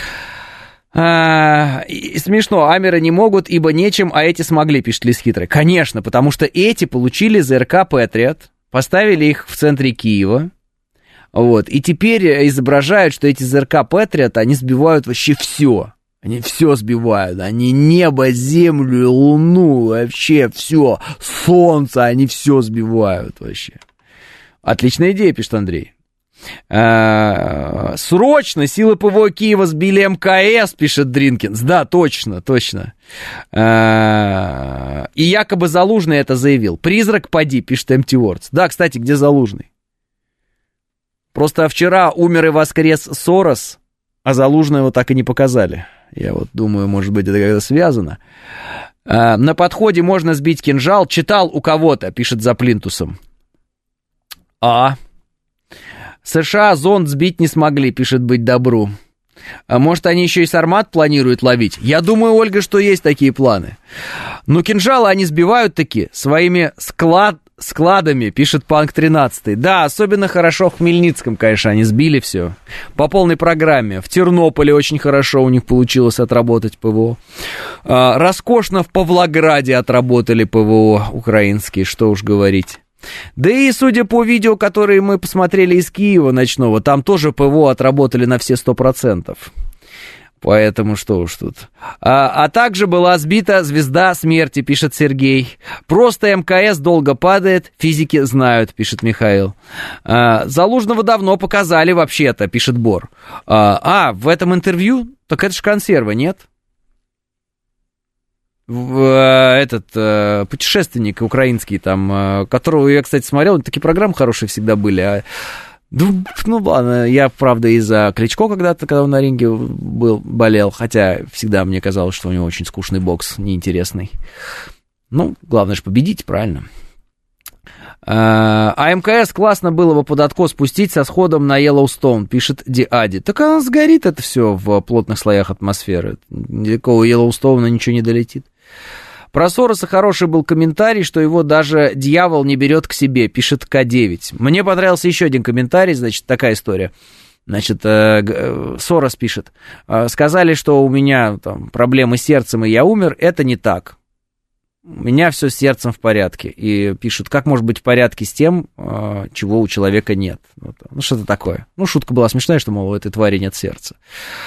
S3: А, и смешно, Амеры не могут, ибо нечем, а эти смогли, пишет Лис Хитрый. Конечно, потому что эти получили ЗРК Патриот, поставили их в центре Киева. Вот, и теперь изображают, что эти ЗРК Патриот, они сбивают вообще все. Они все сбивают. Они небо, землю, луну, вообще все. Солнце, они все сбивают вообще. Отличная идея, пишет Андрей. А, срочно силы ПВО Киева сбили МКС, пишет Дринкинс. Да, точно, точно. А, и якобы Залужный это заявил. Призрак поди, пишет эм ти Words. Да, кстати, где Залужный? Просто вчера умер и воскрес Сорос, а Залужного его так и не показали. Я вот думаю, может быть, это как-то связано. А, на подходе можно сбить кинжал. Читал у кого-то, пишет за плинтусом. А. США зонд сбить не смогли, пишет быть добру. А может, они еще и Сармат планируют ловить? Я думаю, Ольга, что есть такие планы. Но кинжалы они сбивают таки своими склад... складами, пишет Панк тринадцать. Да, особенно хорошо в Хмельницком, конечно, они сбили все. По полной программе. В Тернополе очень хорошо у них получилось отработать ПВО. А, роскошно в Павлограде отработали ПВО украинские, что уж говорить. Да и, судя по видео, которые мы посмотрели из Киева ночного, там тоже ПВО отработали на все сто процентов. Поэтому что уж тут. А, а также была сбита звезда смерти, пишет Сергей. Просто МКС долго падает, физики знают, пишет Михаил. А, Залужного давно показали вообще-то, пишет Бор. А, а, в этом интервью? Так это же консерва, нет? В, этот э, путешественник украинский, там, э, которого я, кстати, смотрел, такие программы хорошие всегда были, а, ну, ну ладно, я, правда, из-за Кличко когда-то, когда он на ринге был, болел, хотя всегда мне казалось, что у него очень скучный бокс, неинтересный. Ну, главное же победить, правильно? А МКС классно было бы под откос спустить со сходом на Йеллоустоун, пишет Диади. Так она сгорит это все в плотных слоях атмосферы. Никакого Йеллоустоуна ничего не долетит. Про Сороса хороший был комментарий, что его даже дьявол не берет к себе, пишет К девять. Мне понравился еще один комментарий, значит, такая история. Значит, Сорос пишет. Сказали, что у меня там проблемы с сердцем, и я умер. Это не так. У меня все с сердцем в порядке. И пишут, как может быть в порядке с тем, чего у человека нет. Ну, что-то такое. Ну, шутка была смешная, что, мол, у этой твари нет сердца.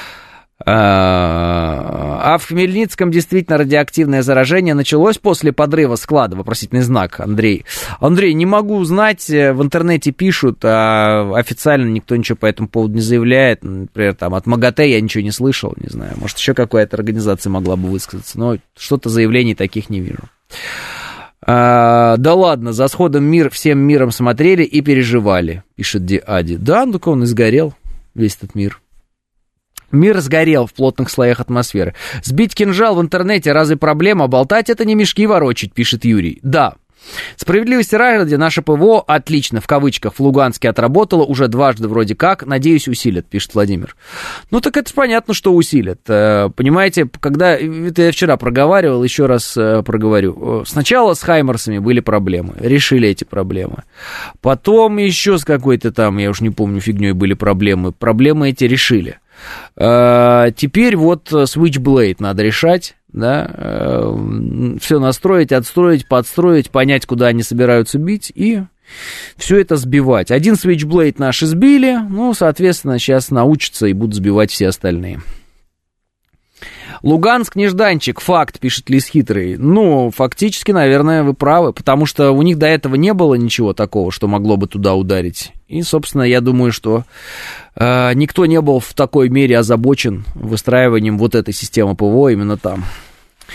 S3: А в Хмельницком действительно радиоактивное заражение началось после подрыва склада, вопросительный знак, Андрей. Андрей, не могу знать, в интернете пишут, а официально никто ничего по этому поводу не заявляет. Например, там от МАГАТЭ я ничего не слышал, не знаю, может, еще какая-то организация могла бы высказаться, но что-то заявлений таких не вижу. А, да ладно, за сходом мир всем миром смотрели и переживали, пишет Диади. Да, ну-ка он и сгорел, весь этот мир. Мир сгорел в плотных слоях атмосферы. Сбить кинжал в интернете разве проблема? Болтать это не мешки ворочать, пишет Юрий. Да. Справедливости ради, наше ПВО отлично, в кавычках, в Луганске отработало уже дважды вроде как, надеюсь, усилят, пишет Владимир. Ну, так это понятно, что усилят. Понимаете, когда, это я вчера проговаривал, еще раз проговорю. Сначала с Хаймарсами были проблемы, решили эти проблемы. Потом еще с какой-то там, я уж не помню, фигней были проблемы. Проблемы эти решили. Теперь вот Switchblade надо решать, да, все настроить, отстроить, подстроить, понять, куда они собираются бить, и все это сбивать. Один Switchblade наши сбили, ну, соответственно, сейчас научатся и будут сбивать все остальные. Луганск нежданчик, факт, пишет Лис Хитрый. Ну, фактически, наверное, вы правы, потому что у них до этого не было ничего такого, что могло бы туда ударить. И, собственно, я думаю, что э, никто не был в такой мере озабочен выстраиванием вот этой системы ПВО именно там.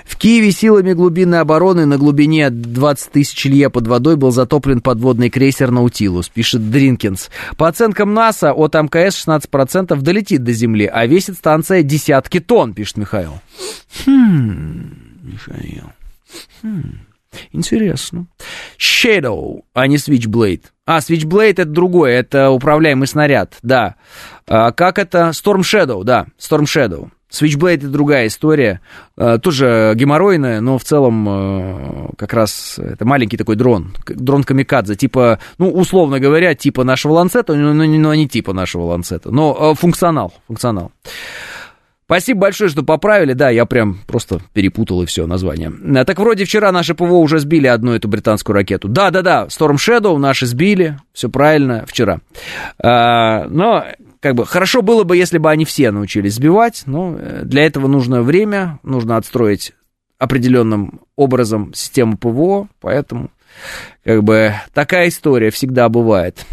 S3: В Киеве силами глубинной обороны на глубине двадцать тысяч лье под водой был затоплен подводный крейсер «Наутилус», пишет Дринкинс. По оценкам НАСА, от МКС шестнадцать процентов долетит до Земли, а весит станция десятки тонн, пишет Михаил. Хм, Михаил. Хм. Интересно. Shadow, а не Switchblade. А, Switchblade это другое, это управляемый снаряд, да. А, как это? Storm Shadow, да, Storm Shadow. Switchblade это другая история, а, тоже геморройная, но в целом а, как раз это маленький такой дрон, дрон камикадзе, типа, ну, условно говоря, типа нашего ланцета, но, но, но не типа нашего ланцета, но а, функционал, функционал. Спасибо большое, что поправили. Да, я прям просто перепутал и все название. Так вроде вчера наши ПВО уже сбили одну эту британскую ракету. Да-да-да, Storm Shadow наши сбили. Все правильно, вчера. А, но, как бы, хорошо было бы, если бы они все научились сбивать. Но для этого нужно время. Нужно отстроить определенным образом систему ПВО. Поэтому, как бы, такая история всегда бывает.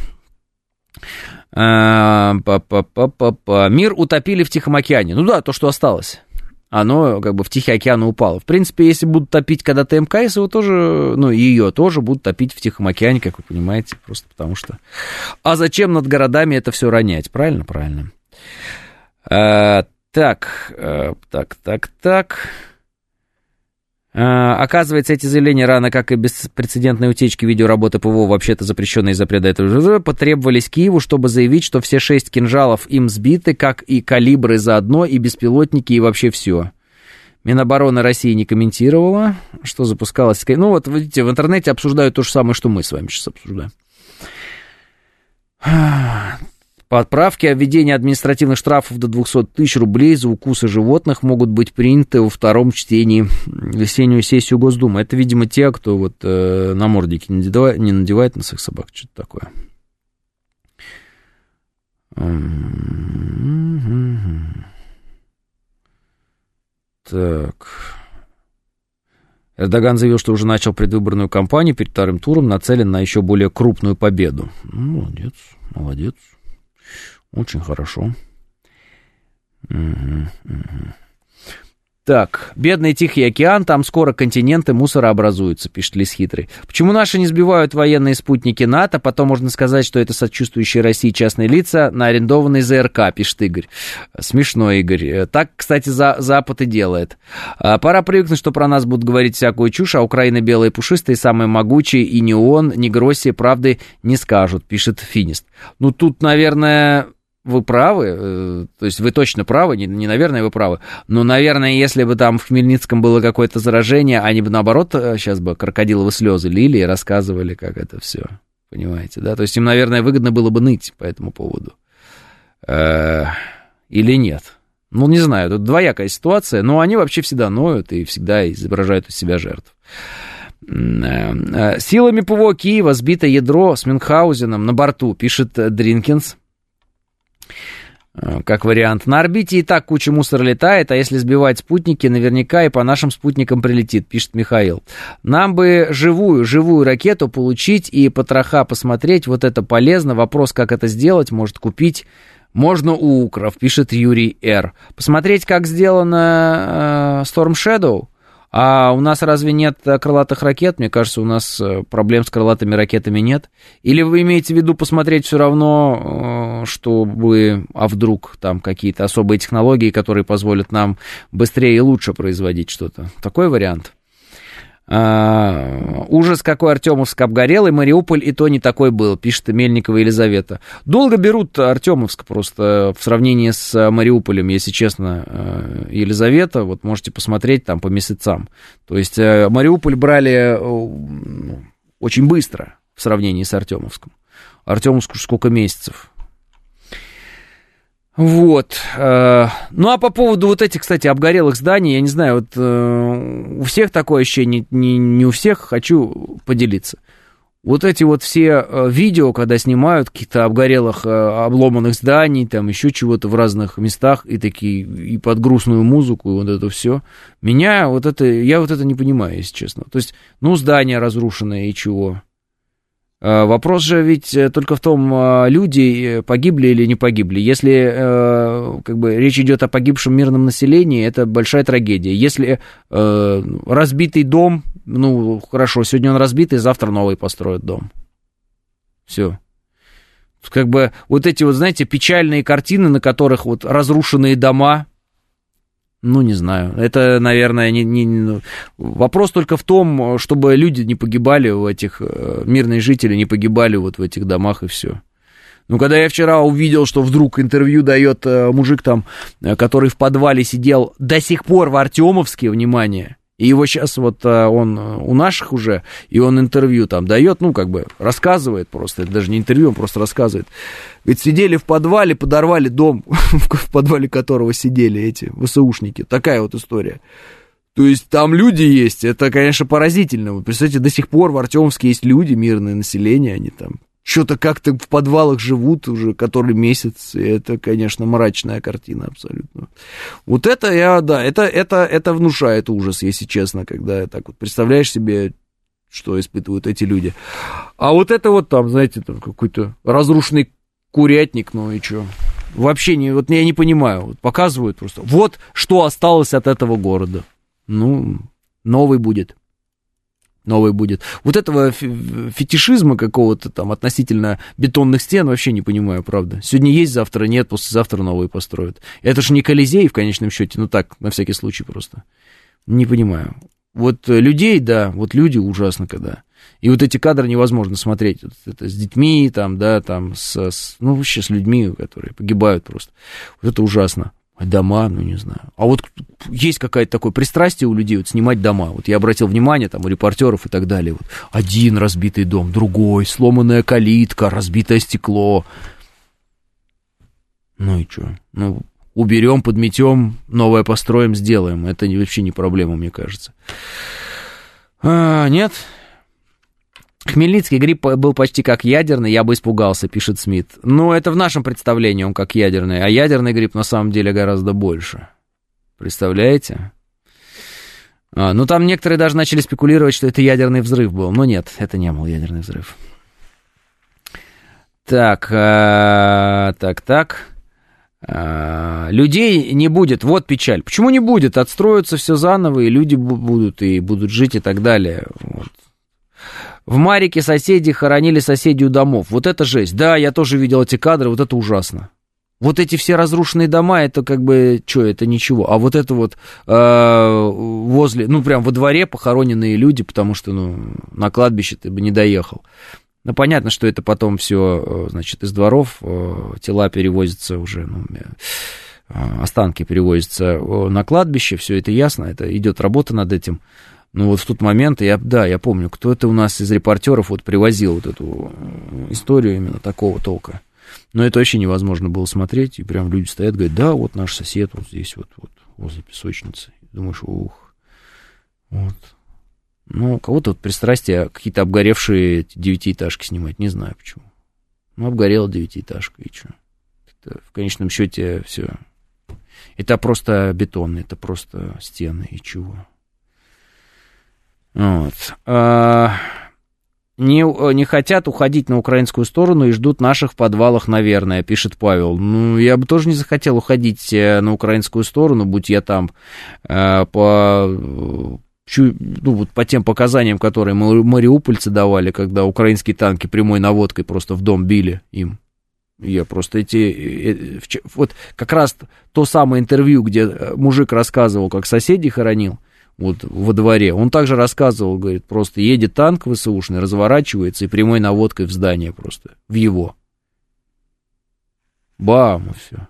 S3: А, па-па-па-па-па. Мир утопили в Тихом океане. Ну да, то, что осталось. Оно как бы в Тихий океан упало. В принципе, если будут топить когда-то МКС, его тоже, ну, ее тоже будут топить в Тихом океане, как вы понимаете, просто потому что... А зачем над городами это все ронять? Правильно? Правильно. А, так, а, так, так, так... А, оказывается, эти заявления, равно как и беспрецедентные утечки видеоработы ПВО, вообще-то запрещенные из-за запрета этого, потребовались Киеву, чтобы заявить, что все шесть кинжалов им сбиты, как и калибры заодно, и беспилотники, и вообще все. Минобороны России не комментировала, что запускалось. Ну вот, видите, в интернете обсуждают то же самое, что мы с вами сейчас обсуждаем. Подправки о введении административных штрафов до двести тысяч рублей за укусы животных могут быть приняты во втором чтении весеннюю сессию Госдумы. Это, видимо, те, кто вот э, на мордики не надевает, не надевает на своих собак, что-то такое. Так. Эрдоган заявил, что уже начал предвыборную кампанию перед вторым туром, нацелен на еще более крупную победу. Ну, молодец, молодец. Очень хорошо. Угу, угу. Так, бедный Тихий океан, там скоро континенты мусора образуются, пишет Лис Хитрый. Почему наши не сбивают военные спутники НАТО? Потом можно сказать, что это сочувствующие России частные лица на арендованный ЗРК, пишет Игорь. Смешно, Игорь. Так, кстати, за, Запад и делает. Пора привыкнуть, что про нас будут говорить всякую чушь, а Украина белые пушистые, самые могучие, и ни ООН, ни Гроссия правды не скажут, пишет Финист. Ну, тут, наверное... Вы правы, то есть вы точно правы, не, не наверное, вы правы, но, наверное, если бы там в Хмельницком было какое-то заражение, они бы, наоборот, сейчас бы крокодиловые слезы лили и рассказывали, как это все, понимаете, да, то есть им, наверное, выгодно было бы ныть по этому поводу, э-э- или нет, ну, не знаю, тут двоякая ситуация, но они вообще всегда ноют и всегда изображают из себя жертв. Силами ПВО Киева сбито ядро с Мюнхгаузеном на борту, пишет Дринкинс. Как вариант. На орбите и так куча мусора летает, а если сбивать спутники, наверняка и по нашим спутникам прилетит, пишет Михаил. Нам бы живую, живую ракету получить и потроха посмотреть, вот это полезно. Вопрос, как это сделать, может купить можно у укров, пишет Юрий Р. Посмотреть, как сделано э, Storm Shadow. А у нас разве нет крылатых ракет? Мне кажется, у нас проблем с крылатыми ракетами нет. Или вы имеете в виду посмотреть все равно, чтобы, а вдруг там какие-то особые технологии, которые позволят нам быстрее и лучше производить что-то? Такой вариант. А, ужас какой Артемовск обгорел, и Мариуполь и то не такой был, пишет Мельникова Елизавета. Долго берут Артемовск просто в сравнении с Мариуполем, если честно, Елизавета, вот можете посмотреть там по месяцам. То есть Мариуполь брали очень быстро в сравнении с Артемовском. Артемовску сколько месяцев. Вот. Ну, а по поводу вот этих, кстати, обгорелых зданий, я не знаю, вот у всех такое ощущение, не, не у всех, хочу поделиться. Вот эти вот все видео, когда снимают каких-то обгорелых, обломанных зданий, там еще чего-то в разных местах, и такие, и под грустную музыку, и вот это все. Меня вот это, я вот это не понимаю, если честно. То есть, ну, здание разрушенное, и чего? Вопрос же ведь только в том, люди погибли или не погибли. Если как бы речь идет о погибшем мирном населении, это большая трагедия. Если разбитый дом, ну, хорошо, сегодня он разбитый, завтра новый построят дом. Все. Как бы вот эти вот, знаете, печальные картины, на которых вот разрушенные дома, ну, не знаю, это, наверное, не, не... вопрос только в том, чтобы люди не погибали в этих, мирные жители не погибали вот в этих домах и все. Ну, когда я вчера увидел, что вдруг интервью дает мужик там, который в подвале сидел до сих пор в Артемовске, внимание, и его сейчас вот он у наших уже, и он интервью там дает, ну, как бы рассказывает просто, это даже не интервью, он просто рассказывает. Ведь сидели в подвале, подорвали дом, в подвале которого сидели эти ВСУшники. Такая вот история. То есть там люди есть, это, конечно, поразительно. Вы представляете, до сих пор в Артемовске есть люди, мирное население, они там что-то как-то в подвалах живут уже который месяц, и это, конечно, мрачная картина абсолютно. Вот это, я, да, это, это, это внушает ужас, если честно, когда так вот представляешь себе, что испытывают эти люди. А вот это вот там, знаете, там какой-то разрушенный курятник, ну и что? Вообще не, вот я не понимаю, вот показывают просто, вот что осталось от этого города. Ну, новый будет. Новый будет. Вот этого фетишизма какого-то там относительно бетонных стен вообще не понимаю, правда. Сегодня есть, завтра нет, послезавтра новые построят. Это же не Колизей в конечном счете, ну так, на всякий случай просто. Не понимаю. Вот людей, да, вот люди ужасно когда. И вот эти кадры невозможно смотреть. Вот это с детьми, там, да, там, с, с, ну, вообще с людьми, которые погибают просто. Вот это ужасно. Дома, ну, не знаю. А вот есть какое-то такое пристрастие у людей вот, снимать дома. Вот я обратил внимание, там, у репортеров и так далее. Вот, один разбитый дом, другой, сломанная калитка, разбитое стекло. Ну и что? Ну, уберем, подметем, новое построим, сделаем. Это вообще не проблема, мне кажется. А, нет? Хмельницкий грипп был почти как ядерный, я бы испугался, пишет Смит. Ну, это в нашем представлении он как ядерный, а ядерный грипп на самом деле гораздо больше. Представляете? А, ну, там некоторые даже начали спекулировать, что это ядерный взрыв был. Но нет, это не был ядерный взрыв. Так, а, так, так. А, людей не будет, вот печаль. Почему не будет? Отстроятся все заново, и люди будут, и будут жить, и так далее. Вот. В Марике соседи хоронили соседей у домов. Вот это жесть. Да, я тоже видел эти кадры, вот это ужасно. Вот эти все разрушенные дома, это как бы, что, это ничего. А вот это вот э, возле, ну, прям во дворе похороненные люди, потому что, ну, на кладбище ты бы не доехал. Ну, понятно, что это потом все, значит, из дворов э, тела перевозятся уже, ну, э, останки перевозятся на кладбище, все это ясно, это идет работа над этим. Ну, вот в тот момент, я, да, я помню, кто это у нас из репортеров вот привозил вот эту историю именно такого толка. Но это вообще невозможно было смотреть, и прям люди стоят, говорят, да, вот наш сосед вот здесь вот, вот возле песочницы. И думаешь, ух, вот. Ну, у кого-то вот пристрастие какие-то обгоревшие девятиэтажки снимать, не знаю почему. Ну, обгорела девятиэтажка, и что? Это в конечном счете все. Это просто бетон, это просто стены, и чего? Вот. А, не, не хотят уходить на украинскую сторону и ждут наших в подвалах, наверное, пишет Павел. Ну, я бы тоже не захотел уходить на украинскую сторону, будь я там а, по, ну, вот, по тем показаниям, которые мариупольцы давали, когда украинские танки прямой наводкой просто в дом били им. Я просто эти... Вот как раз то самое интервью, где мужик рассказывал, как соседей хоронил, вот во дворе, он также рассказывал, говорит, просто едет танк ВСУшный, разворачивается и прямой наводкой в здание просто, в его. Бам, и все.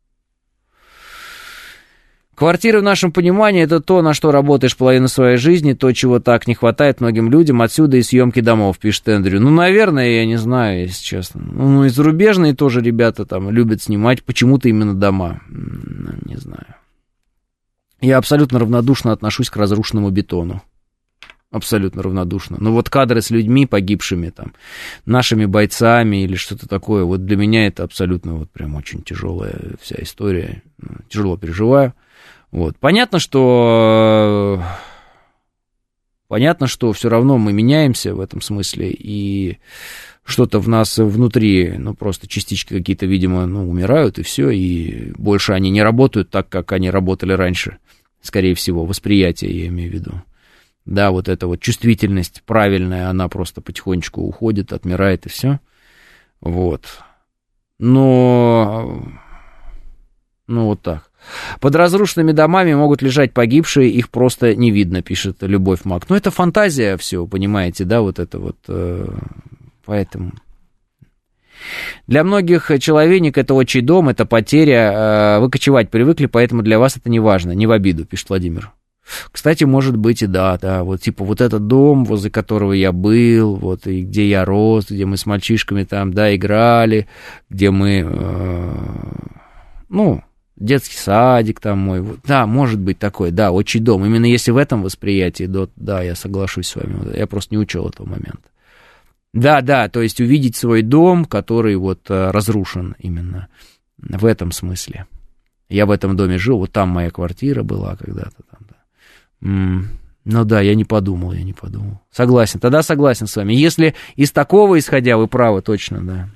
S3: Квартира в нашем понимании это то, на что работаешь половину своей жизни, то, чего так не хватает многим людям, отсюда и съемки домов, пишет Эндрю. Ну, наверное, я не знаю, если честно. Ну, и зарубежные тоже ребята там любят снимать почему-то именно дома. Не знаю. Я абсолютно равнодушно отношусь к разрушенному бетону. Абсолютно равнодушно. Но вот кадры с людьми погибшими, там, нашими бойцами или что-то такое, вот для меня это абсолютно вот прям очень тяжелая вся история. Тяжело переживаю. Вот. Понятно, что Понятно, что все равно мы меняемся в этом смысле, и что-то в нас внутри, ну, просто частички какие-то, видимо, ну, умирают, и все, и больше они не работают так, как они работали раньше, скорее всего, восприятие, я имею в виду. Да, вот эта вот чувствительность правильная, она просто потихонечку уходит, отмирает, и все. Вот. Но... Ну, вот так. Под разрушенными домами могут лежать погибшие, их просто не видно, пишет Любовь Мак. Ну, это фантазия все, понимаете, да, вот это вот... Э, поэтому... Для многих человек это отчий дом, это потеря. Э, вы кочевать привыкли, поэтому для вас это не важно, не в обиду, пишет Владимир. Кстати, может быть и да, да, вот типа вот этот дом, возле которого я был, вот, и где я рос, где мы с мальчишками там, да, играли, где мы, э, ну, детский садик там мой, вот, да, может быть такой, да, отчий дом, именно если в этом восприятии, да, да, я соглашусь с вами, я просто не учел этого момента. Да, да, то есть увидеть свой дом, который вот разрушен именно в этом смысле. Я в этом доме жил, вот там моя квартира была когда-то там, да. Ну да, я не подумал, я не подумал. Согласен, тогда согласен с вами. Если из такого исходя, вы правы, точно, да.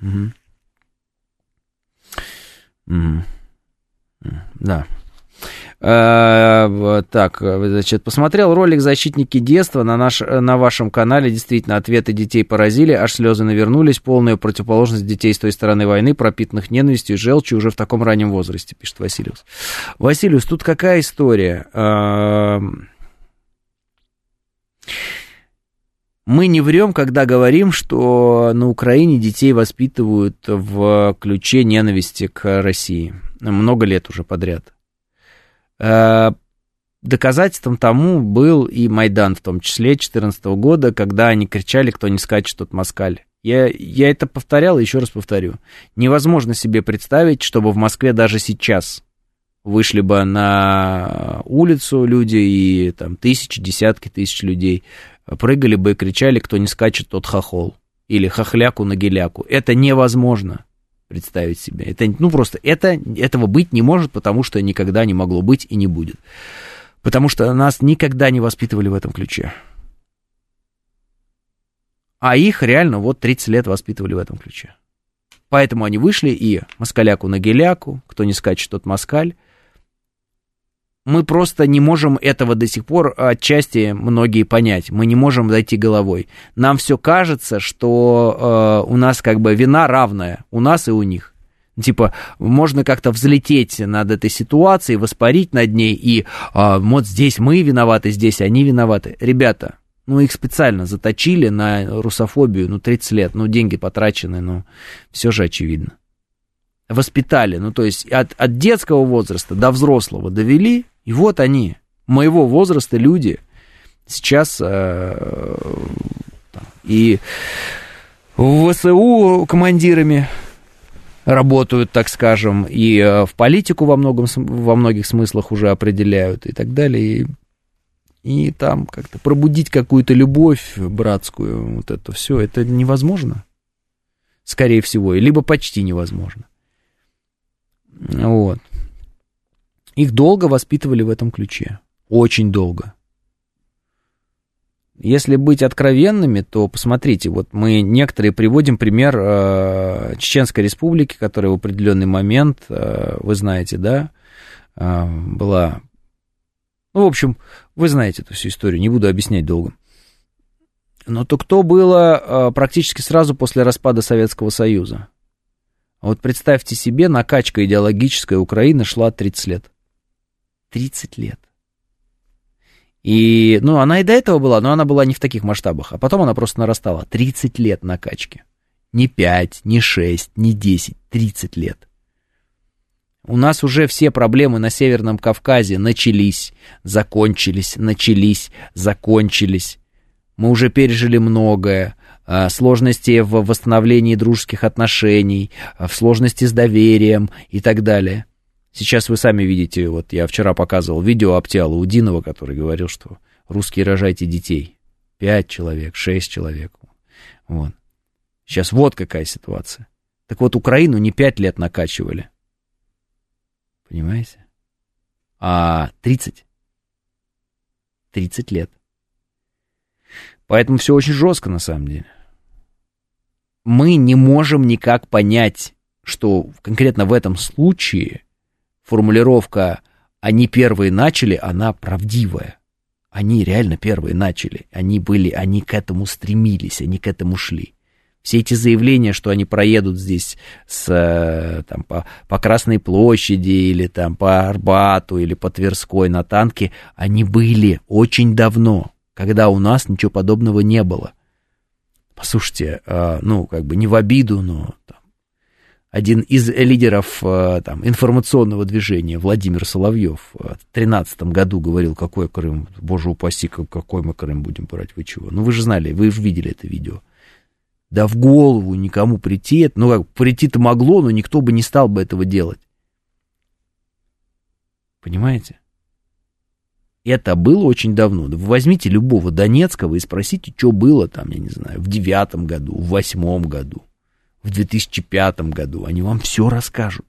S3: Угу. Угу. Да. А, так, значит, посмотрел ролик «Защитники детства» на, наш, на вашем канале. Действительно, ответы детей поразили, аж слезы навернулись. Полная противоположность детей с той стороны войны, пропитанных ненавистью и желчью уже в таком раннем возрасте, пишет Василиус. Василиус, тут какая история? А... Мы не врем, когда говорим, что на Украине детей воспитывают в ключе ненависти к России. Много лет уже подряд. Доказательством тому был и Майдан, в том числе две тысячи четырнадцатого года, когда они кричали: кто не скачет, тот москаль. Я, я это повторял и еще раз повторю. Невозможно себе представить, чтобы в Москве даже сейчас вышли бы на улицу люди, и там тысячи, десятки тысяч людей прыгали бы и кричали: кто не скачет, тот хохол. Или хохляку на геляку. Это невозможно представить себе. Это, ну, просто это, этого быть не может, потому что никогда не могло быть и не будет. Потому что нас никогда не воспитывали в этом ключе. А их реально вот тридцать лет воспитывали в этом ключе. Поэтому они вышли и москаляку на геляку, кто не скачет, тот москаль. Мы просто не можем этого до сих пор отчасти многие понять. Мы не можем дойти головой. Нам все кажется, что э, у нас как бы вина равная, у нас и у них. Типа, можно как-то взлететь над этой ситуацией, воспарить над ней, и э, вот здесь мы виноваты, здесь они виноваты. Ребята, ну их специально заточили на русофобию, ну тридцать лет, ну деньги потрачены, ну все же очевидно. Воспитали, ну то есть от, от детского возраста до взрослого довели, и вот они, моего возраста люди, сейчас э, и в ВСУ командирами работают, так скажем, и в политику во, многом, во многих смыслах уже определяют и так далее, и, и там как-то пробудить какую-то любовь братскую, вот это все, это невозможно, скорее всего, либо почти невозможно. Вот. Их долго воспитывали в этом ключе. Очень долго. Если быть откровенными, то посмотрите, вот мы некоторые приводим пример э, Чеченской Республики, которая в определенный момент, э, вы знаете, да, э, была... Ну, в общем, вы знаете эту всю историю, не буду объяснять долго. Но то кто было э, практически сразу после распада Советского Союза? Вот представьте себе, накачка идеологическая Украины шла тридцать лет. тридцать лет. И, ну, она и до этого была, но она была не в таких масштабах. А потом она просто нарастала. тридцать лет накачки. Не пять, не шесть, не десять, тридцать лет. У нас уже все проблемы на Северном Кавказе начались, закончились, начались, закончились. Мы уже пережили многое. Сложности в восстановлении дружеских отношений, в сложности с доверием и так далее. Сейчас вы сами видите, вот я вчера показывал видео Аптиала Удинова, который говорил, что русские рожайте детей. Пять человек, шесть человек. Вот. Сейчас вот какая ситуация. Так вот, Украину не пять лет накачивали. Понимаете? А тридцать. тридцать лет. Поэтому все очень жестко на самом деле. Мы не можем никак понять, что конкретно в этом случае формулировка «они первые начали», она правдивая. Они реально первые начали. Они были, они к этому стремились, они к этому шли. Все эти заявления, что они проедут здесь с, там, по, по Красной площади или там, по Арбату или по Тверской на танке, они были очень давно, когда у нас ничего подобного не было. Послушайте, ну, как бы не в обиду, но там, один из лидеров там, информационного движения, Владимир Соловьев, в две тысячи тринадцатом году говорил, какой Крым, боже упаси, какой мы Крым будем брать, вы чего? Ну, вы же знали, вы же видели это видео. Да в голову никому прийти, ну, как, прийти-то могло, но никто бы не стал бы этого делать. Понимаете? Это было очень давно. Вы возьмите любого Донецкого и спросите, что было там, я не знаю, в девятом году, в восьмом году, в две тысячи пятом году. Они вам все расскажут.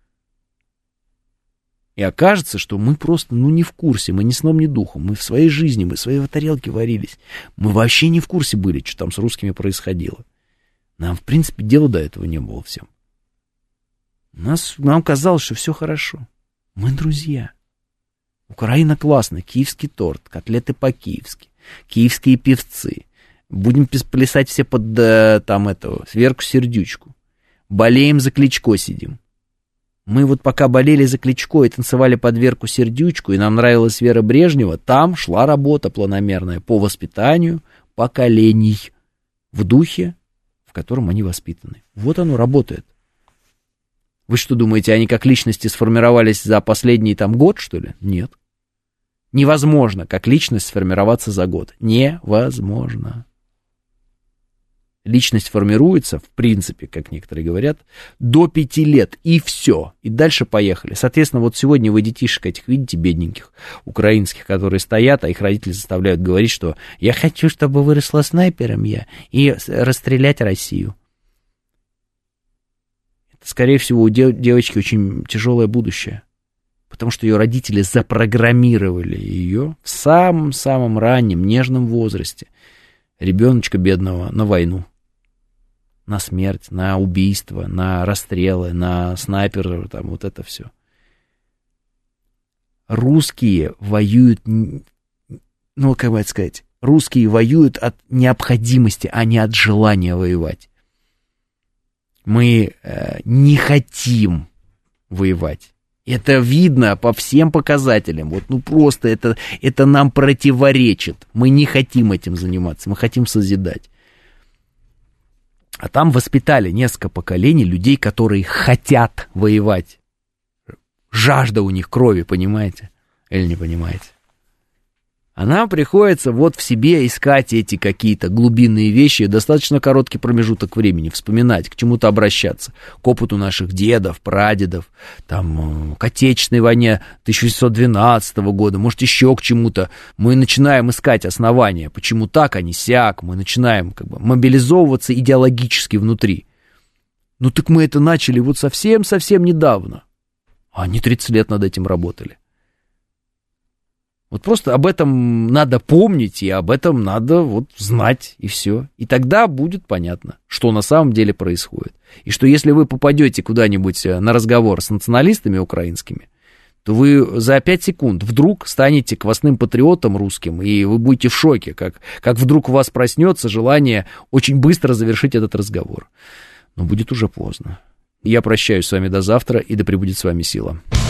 S3: И окажется, что мы просто, ну, не в курсе, мы ни сном, ни духом, мы в своей жизни, мы в своей тарелке варились. Мы вообще не в курсе были, что там с русскими происходило. Нам, в принципе, дела до этого не было всем. Нас, нам казалось, что все хорошо. Мы друзья. Украина классная, киевский торт, котлеты по-киевски, киевские певцы. Будем плясать все под, там, этого, Верку Сердючку. Болеем за Кличко сидим. Мы вот пока болели за Кличко и танцевали под Верку Сердючку, и нам нравилась Вера Брежнева, там шла работа планомерная по воспитанию поколений в духе, в котором они воспитаны. Вот оно работает. Вы что думаете, они как личности сформировались за последний там год, что ли? Нет. Невозможно как личность сформироваться за год. Невозможно. Личность формируется, в принципе, как некоторые говорят, до пяти лет, и все. И дальше поехали. Соответственно, вот сегодня вы детишек этих видите, бедненьких, украинских, которые стоят, а их родители заставляют говорить, что «я хочу, чтобы выросла снайпером я, и расстрелять Россию». Это, скорее всего, у девочки очень тяжелое будущее. Потому что ее родители запрограммировали ее в самом-самом раннем, нежном возрасте. Ребеночка бедного на войну. На смерть, на убийство, на расстрелы, на снайперов, там вот это все. Русские воюют, ну, как бы это сказать, русские воюют от необходимости, а не от желания воевать. Мы э, не хотим воевать. Это видно по всем показателям. Вот, ну, просто это, это нам противоречит. Мы не хотим этим заниматься, мы хотим созидать. А там воспитали несколько поколений людей, которые хотят воевать. Жажда у них крови, понимаете? Или не понимаете? А нам приходится вот в себе искать эти какие-то глубинные вещи, достаточно короткий промежуток времени, вспоминать, к чему-то обращаться, к опыту наших дедов, прадедов, там, к Отечественной войне тысяча восемьсот двенадцатого года, может, еще к чему-то. Мы начинаем искать основания, почему так, а не сяк, мы начинаем как бы мобилизовываться идеологически внутри. Ну так мы это начали вот совсем-совсем недавно, а они тридцать лет над этим работали. Вот просто об этом надо помнить, и об этом надо вот знать, и все. И тогда будет понятно, что на самом деле происходит. И что если вы попадете куда-нибудь на разговор с националистами украинскими, то вы за пять секунд вдруг станете квасным патриотом русским, и вы будете в шоке, как, как вдруг у вас проснется желание очень быстро завершить этот разговор. Но будет уже поздно. Я прощаюсь с вами до завтра, и да пребудет с вами сила.